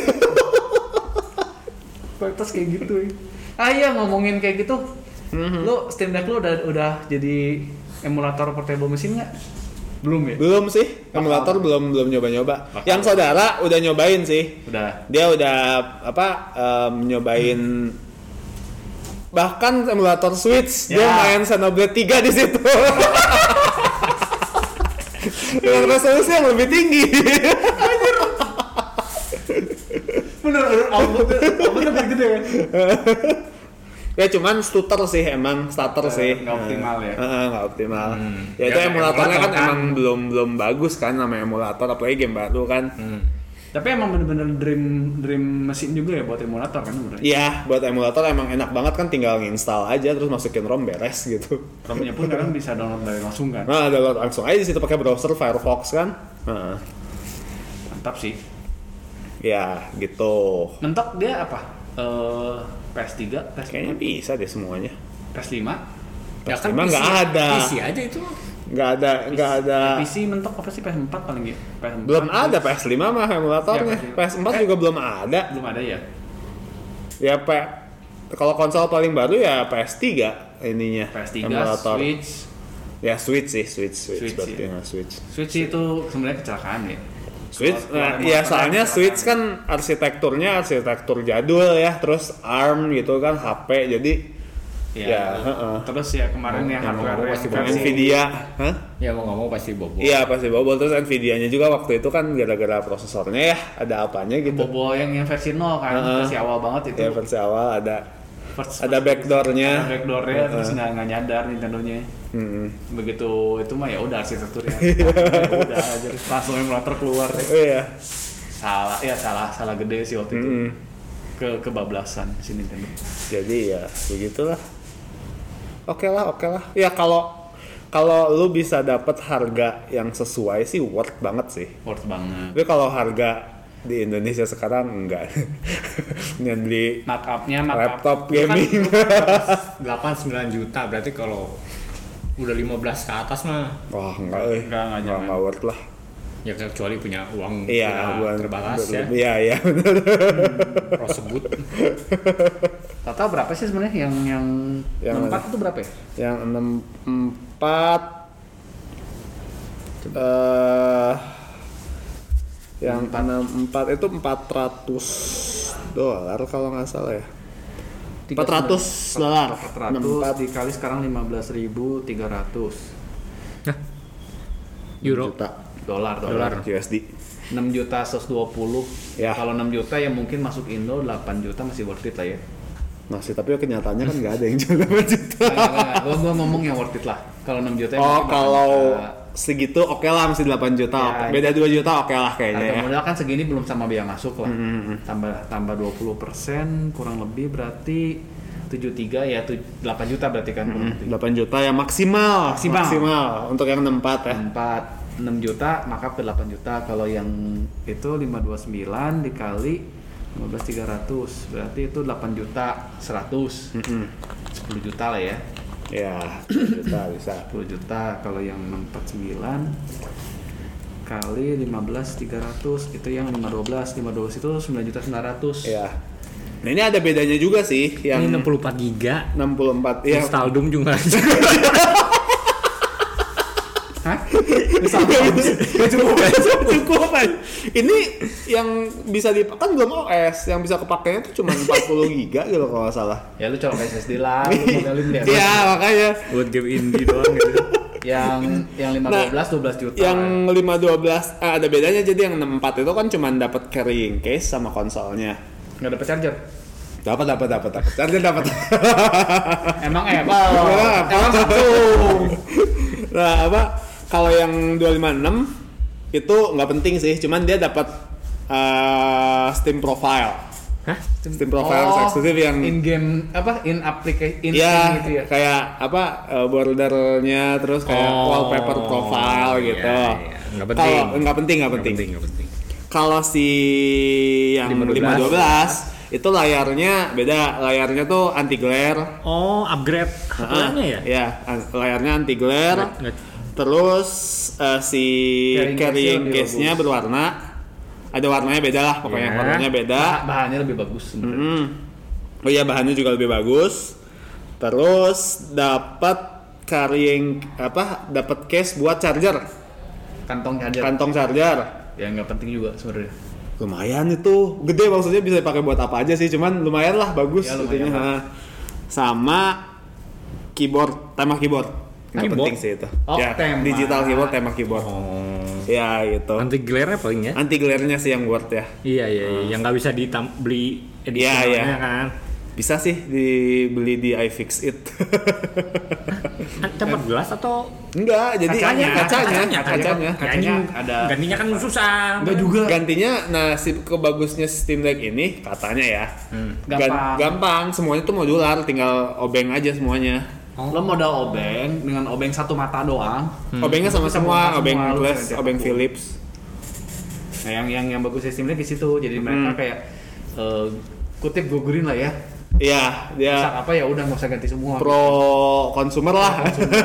S1: Terus kayak gitu ya. Ah iya ngomongin kayak gitu. Lu Steam Deck lu udah udah jadi emulator portable mesin nggak? Belum ya?
S2: Belum sih, emulator belum belum nyoba-nyoba. Yang saudara udah nyobain sih.
S1: Udah.
S2: Dia udah apa em, nyobain bahkan emulator Switch dia
S1: Ya.
S2: main Xenoblade tiga di situ. Dengan resolusi yang lebih tinggi.
S1: Bener, bener, outputnya, outputnya lebih gede kan?
S2: Ya cuman stutter sih emang starter
S1: Eh,
S2: sih.
S1: nggak optimal ya?
S2: Heeh, nggak optimal.
S3: Hmm.
S2: Ya itu
S3: Ya,
S2: emulatornya kan,
S3: emulator kan.
S2: emang belum belum bagus kan nama emulator apalagi game baru kan.
S3: Hmm.
S1: Tapi emang bener-bener dream dream mesin juga ya buat emulator kan sebenarnya.
S2: Iya, buat emulator emang enak banget kan tinggal nginstal aja terus masukin ROM beres gitu.
S1: ROM-nya pun kan bisa download dari langsung kan.
S2: Nah, download langsung aja di situ pakai browser Firefox kan. Nah,
S1: Mantap sih.
S2: ya gitu.
S1: Mentok dia apa? Eh P S tiga, P S
S2: Kayaknya bisa deh semuanya.
S1: P S lima,
S3: Ya kan
S2: Emang
S3: P C
S2: nggak ada.
S3: P C aja itu.
S2: Nggak ada, nggak ada.
S1: P C mentok apa sih P S empat paling ya? P S empat.
S2: Belum ada P S lima mah emulatornya.
S1: Ya,
S2: P S empat juga belum ada.
S1: Belum ada ya?
S2: Ya P kalau konsol paling baru ya P S tiga ininya.
S1: P S tiga,
S2: emulator.
S1: Switch.
S2: Ya Switch sih, Switch, Switch,
S1: Switch,
S2: berarti
S1: ya.
S2: ya, Switch.
S1: Switch itu sebenarnya kecelakaan ya.
S2: Switch,
S1: Kalau
S2: nah,
S1: keluar
S2: ya
S1: emulator
S2: soalnya
S1: kecelakaan.
S2: Switch kan arsitekturnya arsitektur jadul ya, terus ARM gitu kan H P, jadi
S1: Ya,
S2: ya, heeh.
S1: terus ya kemarin yang
S3: Yang
S1: hardware
S3: mau
S1: yang
S3: pasti
S1: versi
S2: Nvidia, hah?
S3: Ya mau nggak mau pasti bobo.
S2: Iya pasti bobol, terus Nvidia-nya juga waktu itu kan gara-gara prosesornya ya ada apanya gitu.
S1: Bobo yang yang versi nol kan,
S2: Heeh.
S1: versi awal banget itu.
S2: Ya versi awal ada
S1: First,
S2: ada backdoornya.
S1: Ada backdoornya uh, terus nggak nggak nyadar Nintendo-nya. Hmm. Begitu itu mah ya udah arsitekturnya. Ya udah aja langsung emulator keluar.
S2: Oh iya.
S1: Salah ya salah salah gede sih waktu hmm. itu. Ke kebablasan si Nintendo.
S2: Jadi ya begitulah. Oke lah, oke lah. Ya kalau kalau lu bisa dapat harga yang sesuai sih worth banget sih.
S1: Worth banget.
S2: Tapi kalau harga di Indonesia sekarang enggak. Yang beli
S1: markupnya
S2: laptop gaming
S3: delapan sembilan juta berarti kalau udah lima belas ke atas mah
S2: wah enggak eh
S1: enggak enggak,
S2: enggak, enggak worth lah
S3: ya kecuali punya uang
S2: iya
S3: uang terbatas ya
S2: iya iya benar
S3: hmm, prosebut.
S1: Total berapa sih sebenarnya yang yang
S2: yang
S1: empat itu berapa ya
S2: yang enam empat eh yang enam empat itu empat ratus dolar kalau nggak salah ya. empat ratus dolar.
S1: empat ratus dikali sekarang lima belas ribu tiga ratus.
S3: Hah? Euro.
S1: Dolar,
S3: dolar.
S2: U S D.
S1: enam juta seratus dua puluh.
S2: Ya.
S1: Kalau enam juta ya mungkin masuk Indo delapan juta masih worth it lah ya.
S2: Masih, tapi kenyataannya kan nggak ada yang jual delapan juta.
S1: Gua gua ngomong yang worth it lah. Kalau enam juta
S2: oh, kalau segitu oke okay lah masih delapan juta. Ya, beda dua juta oke okay lah kayaknya.
S1: Harga
S2: ya.
S1: modal kan segini belum sama biaya masuk lah.
S2: Mm-hmm.
S1: Tambah tambah dua puluh persen kurang lebih berarti tujuh puluh tiga ya delapan juta berarti kan.
S2: Mm-hmm. delapan juta ya maksimal.
S1: Maksimal.
S2: Maksimal untuk yang enam empat ya.
S1: empat enam juta maka ke delapan juta. Kalau yang itu lima ratus dua puluh sembilan dikali lima belas tiga ratus berarti itu delapan juta seratus. Mm-hmm. sepuluh juta lah ya.
S2: Ya, sepuluh juta bisa.
S1: sepuluh juta kalau yang enam empat sembilan kali lima belas tiga ratus itu yang lima dua belas. lima dua belas itu sembilan juta sembilan ratus.
S2: Iya. Nah, ini ada bedanya juga sih yang
S3: ini enam puluh empat giga.
S2: enam puluh empat ya.
S3: Install Doom juga.
S1: Hah? Gak cukup,
S2: cukup kan? Ini yang bisa dipakai kan belum O S, yang bisa kepakainya tuh cuma empat puluh giga gitu kalau nggak salah.
S1: Ya lu colok S S D lah, lu modalin dia.
S2: Iya makanya.
S3: Buat game indie doang gitu.
S1: Yang yang lima dua belas dua belas juta.
S2: Yang lima dua belas eh, ada bedanya, jadi yang enam empat itu kan cuma dapat carrying case sama konsolnya.
S1: Nggak dapat charger.
S2: Dapat dapat dapat dapat. Charger dapat.
S1: Emang Apple. Emang
S2: Samsung. Nah, apa? Kalau yang dua lima enam itu nggak penting sih, cuman dia dapat uh, Steam profile.
S3: Hah?
S2: Steam profile oh, eksklusif yang
S1: in game apa in application in
S2: ya,
S1: gitu ya.
S2: Kayak apa uh, bordernya terus kayak oh, wallpaper profile gitu.
S3: Iya, iya. Nggak penting.
S2: Kalau nggak penting nggak penting.
S3: penting, penting.
S2: Kalau si yang lima dua belas itu layarnya beda, layarnya tuh anti glare.
S3: Oh, upgrade hardware-nya ya?
S2: Ya, layarnya anti glare. Terus uh, si carrying, carrying case-nya berwarna. Ada warnanya beda lah, pokoknya yeah. warnanya beda.
S1: Bah- bahannya lebih bagus sebenarnya.
S2: Mm-hmm. Oh iya, bahannya juga lebih bagus. Terus dapat carrying apa? Dapat case buat charger.
S1: Kantong charger.
S2: Kantong charger.
S1: Ya nggak penting juga sebenarnya.
S2: Lumayan itu, gede maksudnya bisa dipakai buat apa aja sih, cuman lumayan lah, bagus
S1: ya,
S2: lumayan. Sama keyboard, tema keyboard. Nggak penting sih itu.
S1: Oh,
S2: ya,
S1: tema.
S2: Digital keyboard, tema keyboard.
S3: Oh.
S2: Ya gitu.
S3: Anti glare paling ya?
S2: Anti glare-nya sih yang worth ya.
S3: Iya iya, iya. Yang nggak bisa ditam- beli editionalnya
S2: ya, ya.
S3: kan?
S2: Bisa sih dibeli di iFixit.
S3: Tempat gelas atau?
S2: Enggak, jadi
S3: kacanya,
S2: kacanya, kacanya,
S3: kacanya,
S1: kacanya ada.
S3: Gantinya kan susah.
S1: Enggak juga.
S2: Gantinya, nah si kebagusnya Steam Deck ini katanya ya,
S1: hmm.
S2: gampang. Gan- gampang, semuanya tuh modular, tinggal obeng aja semuanya.
S1: Oh. Lo modal obeng dengan obeng satu mata doang.
S2: Hmm. Obengnya sama semua, obeng glass, obeng Philips.
S1: Nah, yang yang yang bagus Steam Deck di situ. Jadi hmm. mereka kayak uh, kutip gugurin lah ya.
S2: Iya, dia
S1: Masak apa ya udah nggak usah ganti semua.
S2: Pro consumer lah.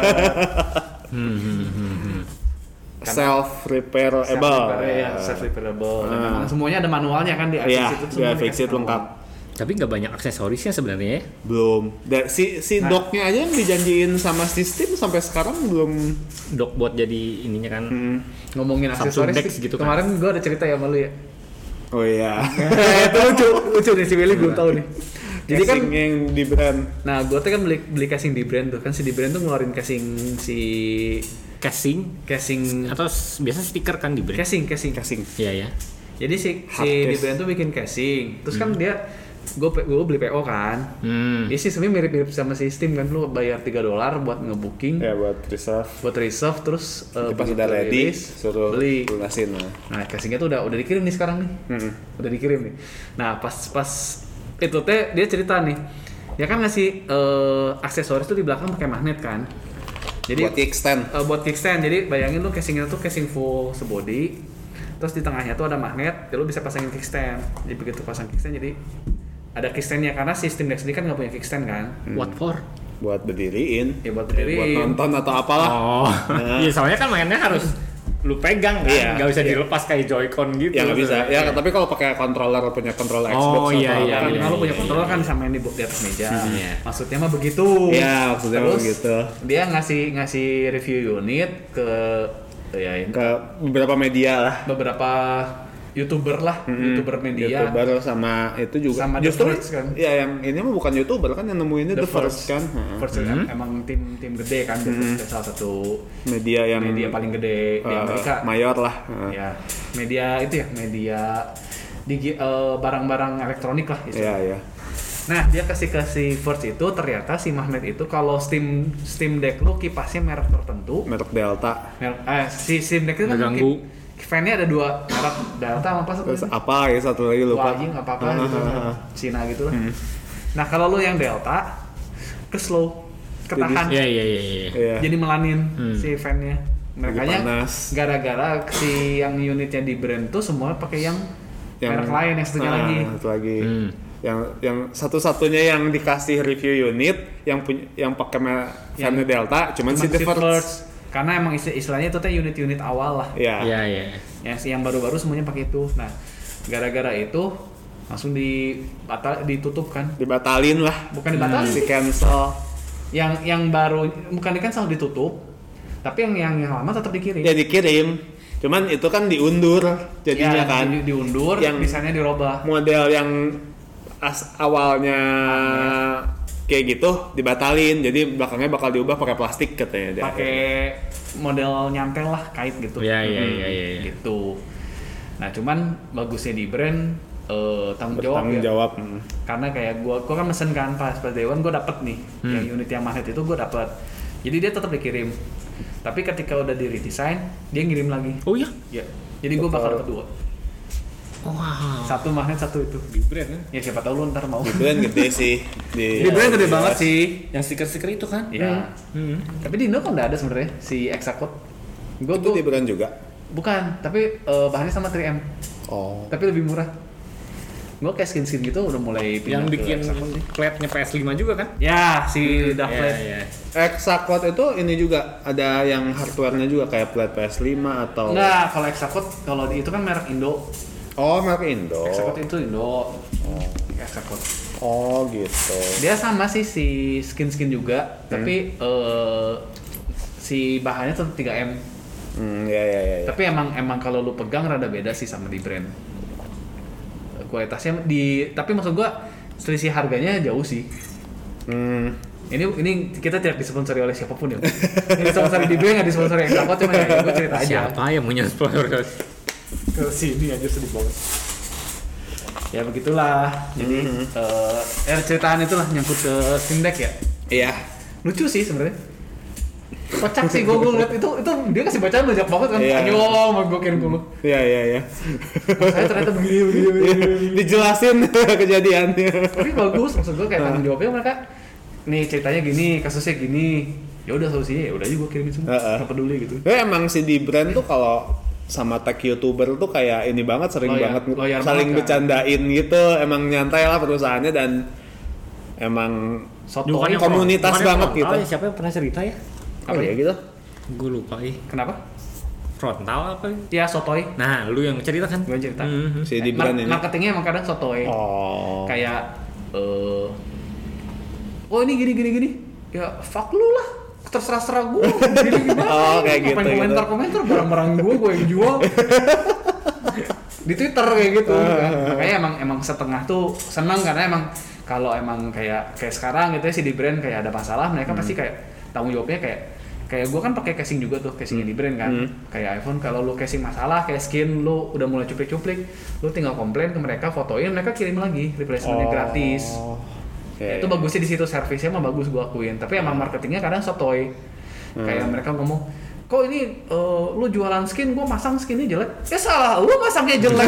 S3: hmm, hmm, hmm, hmm.
S2: Self repairable.
S1: Ya, self repairable. Dan memang semuanya ada manualnya kan di iFixit itu.
S2: Iya, di iFixit lengkap.
S3: Tapi nggak banyak aksesorisnya sebenarnya ya?
S2: Belum. Da, si si nah. docknya aja yang dijanjiin sama sistem sampai sekarang belum.
S3: Dock buat jadi ininya kan.
S2: Hmm.
S1: Ngomongin aksesoris gitu kan. Kemarin gue ada cerita ya sama lu ya.
S2: Oh iya.
S1: Itu lucu, lucu nih si Willy belum tahu nih.
S2: Jadi kan yang di brand.
S1: Nah, gue tuh kan beli beli casing di brand tuh. Kan si di brand tuh ngeluarin casing si
S3: casing,
S1: casing
S3: atau biasa stiker kan di brand.
S1: Casing, casing,
S2: casing.
S3: Iya ya.
S1: Jadi si si di brand tuh bikin casing. Terus hmm. kan dia gue gue beli P O kan.
S3: Hmm.
S1: Ini sistemnya mirip-mirip sama sistem kan, lu bayar tiga dolar buat nge-booking,
S2: Ya buat reserve.
S1: buat reserve terus uh,
S2: Nanti pas
S1: begitu
S2: udah ready,
S1: rilis,
S2: suruh
S1: beli.
S2: lunasin. Nah.
S1: Nah, casingnya tuh udah udah dikirim nih sekarang nih.
S2: Mm-mm.
S1: Udah dikirim nih. Nah, pas pas itu teh dia cerita nih. Ya kan ngasih uh, aksesoris tuh di belakang pakai magnet kan. Jadi
S2: Buat kickstand.
S1: uh, buat kickstand. Jadi bayangin tuh casingnya tuh casing full sebody. Terus di tengahnya tuh ada magnet, jadi lu bisa pasangin kickstand. Jadi begitu pasang kickstand jadi ada kickstandnya karena sistem Dex kan nggak punya kickstand kan.
S3: What for?
S2: Buat berdiriin.
S1: Ya buat
S2: Buat
S1: berdiriin.
S2: nonton atau apalah.
S3: Oh.
S2: Nah.
S3: Iya, soalnya kan mainnya harus lu pegang kan,
S2: Iya.
S3: nggak bisa
S2: Iya.
S3: dilepas kayak Joy-Con gitu.
S2: Ya nggak bisa. Ya tapi kalau pakai controller punya controller Xbox
S3: Oh, iya,
S2: atau
S3: iya,
S2: apa,
S1: Kan
S3: iya.
S1: kalau punya kontrol kan sama yang di, di atas meja.
S3: Iya.
S1: Maksudnya mah begitu.
S2: Iya, maksudnya mah
S1: Terus,
S2: begitu.
S1: Dia ngasih ngasih review unit ke ya ini,
S2: Ke beberapa media lah.
S1: beberapa YouTuber lah,
S2: Mm-mm.
S1: YouTuber media.
S2: YouTuber sama itu juga.
S1: Sama The
S2: Justru
S1: Verge kan.
S2: ya yang ini mah bukan YouTuber kan yang nemuinnya The,
S1: The
S2: First
S1: Verge.
S2: kan. Heeh.
S1: First em- emang tim tim gede kan, The Verge kan salah satu
S2: Media yang
S1: media paling gede di
S2: eh,
S1: Amerika.
S2: mayor lah. Heeh.
S1: Ya, media itu ya, media digi, eh, barang-barang elektronik lah
S2: Iya,
S1: istilahnya.
S2: iya.
S1: Nah, dia kasih ke si Verge itu ternyata si magnet itu kalau Steam Steam Deck lu kipasnya merek tertentu,
S2: Merek Delta.
S1: merek, eh, si Steam Deck itu kan
S3: Nggak ganggu.
S1: kip- fan-nya ada dua merek, Delta sama apa satu
S2: Terus
S1: lagi?
S2: apa ya satu lagi lupa.
S1: Wah, nggak apa-apa
S2: Ah,
S1: gitu,
S2: ah, ah.
S1: Cina gitu lah. Nah, kalau lu yang Delta ke slow, ketahan,
S3: Iya, iya, iya, iya.
S2: Iya.
S1: jadi melanin
S3: Hmm.
S1: si fan-nya. Makanya
S2: panas.
S1: gara-gara si yang unitnya di brand tuh semua pakai yang, merek lain yang satunya
S2: ah,
S1: lagi.
S2: Satu lagi.
S3: Hmm.
S2: Yang yang satu-satunya yang dikasih review unit yang punya yang pakai me-
S1: Yang-
S2: fan Delta cuman si
S1: Cuman
S2: The
S1: si
S2: First.
S1: Verge. Karena emang isti- istilahnya itu teh unit-unit awal lah.
S2: Iya.
S3: Iya, iya.
S1: Yang yang baru-baru semuanya pakai itu. Nah, gara-gara itu langsung di batal ditutup kan.
S2: Dibatalin lah.
S1: Bukan dibatalin
S2: Di
S1: sih.
S2: cancel.
S1: Yang yang baru bukan di cancel ditutup. Tapi yang yang, yang lama tetap dikirim.
S2: Ya dikirim. Cuman itu kan diundur jadinya
S1: Ya,
S2: kan.
S1: di- diundur,
S2: Yang-
S1: desainnya dirubah.
S2: Model yang as awalnya kayak gitu dibatalin. Jadi belakangnya bakal diubah pakai plastik katanya. di akhirnya.
S1: Pakai model nyantel lah, kait gitu.
S3: Iya, iya,
S1: Hmm,
S3: iya, iya, iya.
S1: Gitu. Nah, cuman bagusnya di brand eh, tanggung jawab
S2: Bertanggung
S1: ya.
S2: jawab. hmm.
S1: Karena kayak gua gua kan mesen kan pas pas day one gua dapet nih
S3: Hmm.
S1: yang unit yang magnet itu gua dapet. Jadi dia tetap dikirim. Tapi ketika udah di redesign, dia ngirim lagi.
S3: Oh iya?
S1: Ya. Jadi gua bakal dapet dua.
S3: Wow.
S1: Satu magnet, satu itu.
S3: Di brand kan?
S1: Ya siapa tahu lu ntar mau.
S2: Di brand gede sih. Di,
S1: Di brand gede banget sih.
S3: Yang stiker-stiker itu kan?
S1: Ya.
S3: Hmm.
S1: Tapi di Indo kan udah ada sebenarnya si Exacode. Gua
S2: Itu di
S1: gua
S2: brand juga.
S1: bukan, tapi eh, bahannya sama tiga M.
S2: Oh.
S1: Tapi lebih murah. Gua kayak skin-skin gitu udah mulai pindah
S3: Yang
S1: ke
S3: bikin
S1: Exacode sih.
S3: plate-nya P S lima juga kan?
S1: Ya, si Dark
S3: Iya,
S1: Blade.
S3: iya.
S2: Exacode itu ini juga ada yang hardware-nya juga kayak plate P S lima atau
S1: Enggak, kalau Exacode kalau di- itu kan merek Indo.
S2: Oh, merek Indo.
S1: Exacode itu Indo. Exacode.
S2: Oh, gitu.
S1: Dia sama sih si skin-skin juga, tapi eh, si bahannya tetap tiga M.
S2: Hmm, ya ya ya. ya.
S1: Tapi emang emang kalau lu pegang rada beda sih sama di brand. Kualitasnya di tapi maksud gua selisih harganya jauh sih.
S2: Hmm.
S1: Ini ini kita tidak disponsori oleh siapapun ya. Ini disponsori di brand, nggak disponsori Exacode, cuma ya gua cerita aja.
S3: Siapa yang punya sponsor?
S1: Ke sini aja sedih banget. Ya begitulah. Jadi eh eh, ceritaan itulah nyangkut ke Steam Deck ya.
S2: Iya.
S1: Lucu sih sebenarnya. Kocak sih gue gue ngeliat itu itu dia kasih bacaan banyak banget kan.
S2: Iya.
S1: Ayo mau gue kirim dulu.
S2: Iya iya iya.
S1: Saya ternyata begini begini begini.
S2: Dijelasin kejadiannya.
S1: Tapi bagus maksud gue kayak tanggung jawabnya mereka. Nih ceritanya gini, kasusnya gini. Ya udah solusinya ya udah aja gue kirimin semua.
S2: Heeh.
S1: Nggak peduli gitu.
S2: Ya emang si di brand tuh kalau sama tech youtuber tuh kayak ini banget sering
S1: Loyal-
S2: banget
S1: loyal
S2: saling
S1: banget kan.
S2: bercandain gitu. Emang nyantai lah perusahaannya dan emang
S1: Soto
S3: Bukannya
S2: komunitas
S3: frontal
S2: banget gitu.
S3: ya, siapa yang pernah cerita ya?
S2: Oh ya gitu.
S3: Gue lupa ih.
S1: kenapa?
S3: Frontal apa?
S1: Ya sotoy.
S3: Nah, lu yang cerita kan?
S1: Gue cerita.
S3: Hmm.
S2: Si di
S1: Mar-
S2: brand ini.
S1: marketingnya emang kadang sotoy.
S2: Oh.
S1: Kayak eh oh ini gini gini gini. Ya fuck lu lah. Terserah-serah gue. Gini gimana?
S2: Oh, kayak gitu,
S1: Ngapain
S2: gitu.
S1: komentar-komentar barang-barang gue gue yang jual. Di Twitter kayak gitu. Kan. Makanya emang emang setengah tuh senang karena emang kalau emang kayak kayak sekarang gitu ya si di brand kayak ada masalah mereka pasti kayak tanggung jawabnya kayak kayak gue kan pakai casing juga tuh, casingnya di brand kan.
S2: Hmm.
S1: Kayak iPhone kalau lu casing masalah, kayak skin lu udah mulai cuplik-cuplik, lu tinggal komplain ke mereka, fotoin, mereka kirim lagi replacementnya gratis.
S2: Okay.
S1: Itu bagusnya di situ, servisnya mah bagus gue akuin. Tapi emang marketingnya kadang sotoy.
S2: Hmm.
S1: Kayak mereka ngomong, kok ini uh, lu jualan skin, gue masang skinnya jelek. Ya salah, lu masangnya jelek.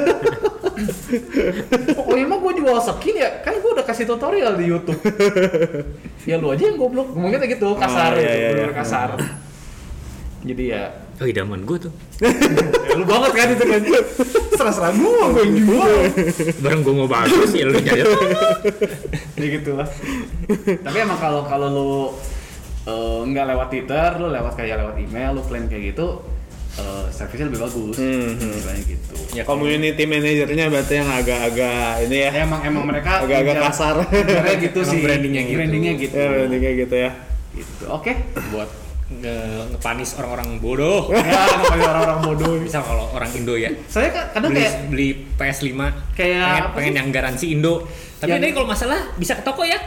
S1: Pokoknya mah gue jual skin ya, kan gue udah kasih tutorial di YouTube. Ya lu aja yang goblok, ngomongnya kayak gitu, kasar,
S2: oh, iya,
S1: gitu,
S2: iya,
S1: bener
S2: iya.
S1: kasar. Jadi ya,
S3: Oh idaman gue tuh.
S1: ya lu banget kan itu kan. Serah-serah gue, gue yang jual.
S3: Barang gue mau bagus ya lu jadi.
S1: Ya gitu lah. Tapi emang kalau kalau lu uh, nggak lewat Twitter, lu lewat kayak lewat email, lu plan kayak gitu, uh, servisnya lebih bagus.
S2: Hmm, hmm.
S1: Istilahnya gitu.
S2: Ya community manajernya berarti yang agak-agak ini ya.
S1: Ya, emang emang mereka
S2: agak-agak
S1: ngejar-
S2: kasar.
S1: ngejarnya gitu
S3: Emang
S1: sih.
S3: brandingnya gitu.
S1: Brandingnya gitu.
S2: Ya brandingnya gitu ya.
S1: Gitu. Oke.
S3: Buat nge- ngepanis orang-orang bodoh.
S1: Ya, namanya orang-orang bodoh.
S3: Misal kalau orang Indo ya,
S1: Saya kan kadang
S3: beli
S1: kayak
S3: beli P S lima
S1: Kayak
S3: pengen,
S1: apa
S3: pengen
S1: sih?
S3: yang garansi Indo. Tapi
S1: Yang-
S3: ini kalau masalah bisa ke toko ya.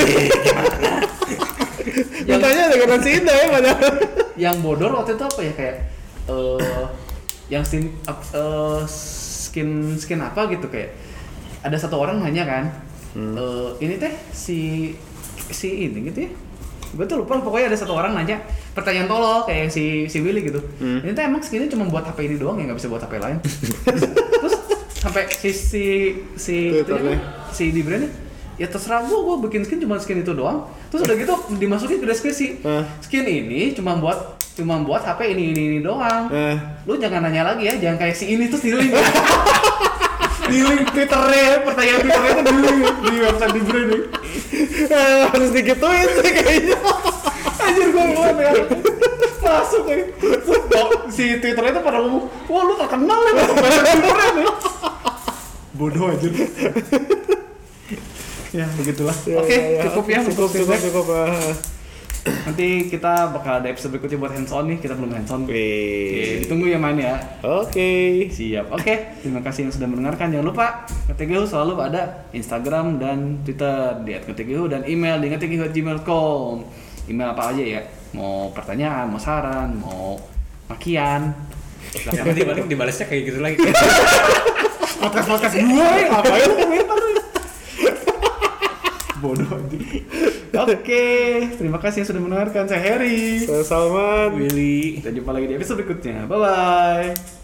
S2: Mintanya ada garansi indah ya padahal.
S1: yang bodor waktu itu apa ya kayak eh yang skin eh, skin skin apa gitu kayak ada satu orang nanya kan eh, ini teh si si ini gitu ya, gue tuh lupa pokoknya ada satu orang nanya pertanyaan tolol kayak yang si si Willy gitu, ini teh emang skinnya cuma buat H P ini doang ya nggak bisa buat H P lain. Terus sampai si si si gitu
S2: Twitternya.
S1: si di brandnya ya terserah gua, gua bikin skin cuma skin itu doang. Terus udah gitu dimasukin ke deskripsi,
S2: Hah?
S1: skin ini cuma buat cuma buat H P ini ini ini doang.
S2: Eh.
S1: Lu jangan nanya lagi ya, jangan kayak si ini tuh di link. Di link Twitternya, pertanyaan Twitternya tuh di link di website di brand.
S2: Eh, harus digituin sih kayaknya.
S1: Anjir gua ngeliat ya. Masuk kayak si Twitternya tuh pada ngomong, wah lu terkenal ya masuk website Twitternya nih. Bodoh aja. Ya begitulah. Oke, cukup ya
S2: Cukup,
S1: untuk
S2: cukup,
S1: feedback.
S2: cukup. ah.
S1: Nanti kita bakal ada episode berikutnya buat hands on nih, kita belum hands on. Oke,
S2: Wih.
S1: ditunggu ya main ya.
S2: Oke.
S1: Siap. Oke, terima kasih yang sudah mendengarkan. Jangan lupa Nge T G U selalu ada Instagram dan Twitter di et nge t g u dan email di nge t g u at gmail dot com. Email apa aja ya? Mau pertanyaan, mau saran, mau makian.
S3: Yang nanti balik dibalasnya kayak gitu lagi.
S1: Podcast-podcast gue, ngapain lu komentar lu? Bodoh aja. Oke, terima kasih yang sudah mendengarkan. Saya Harry.
S2: Saya Salman.
S3: Willy.
S1: Kita jumpa lagi di episode berikutnya. Bye bye.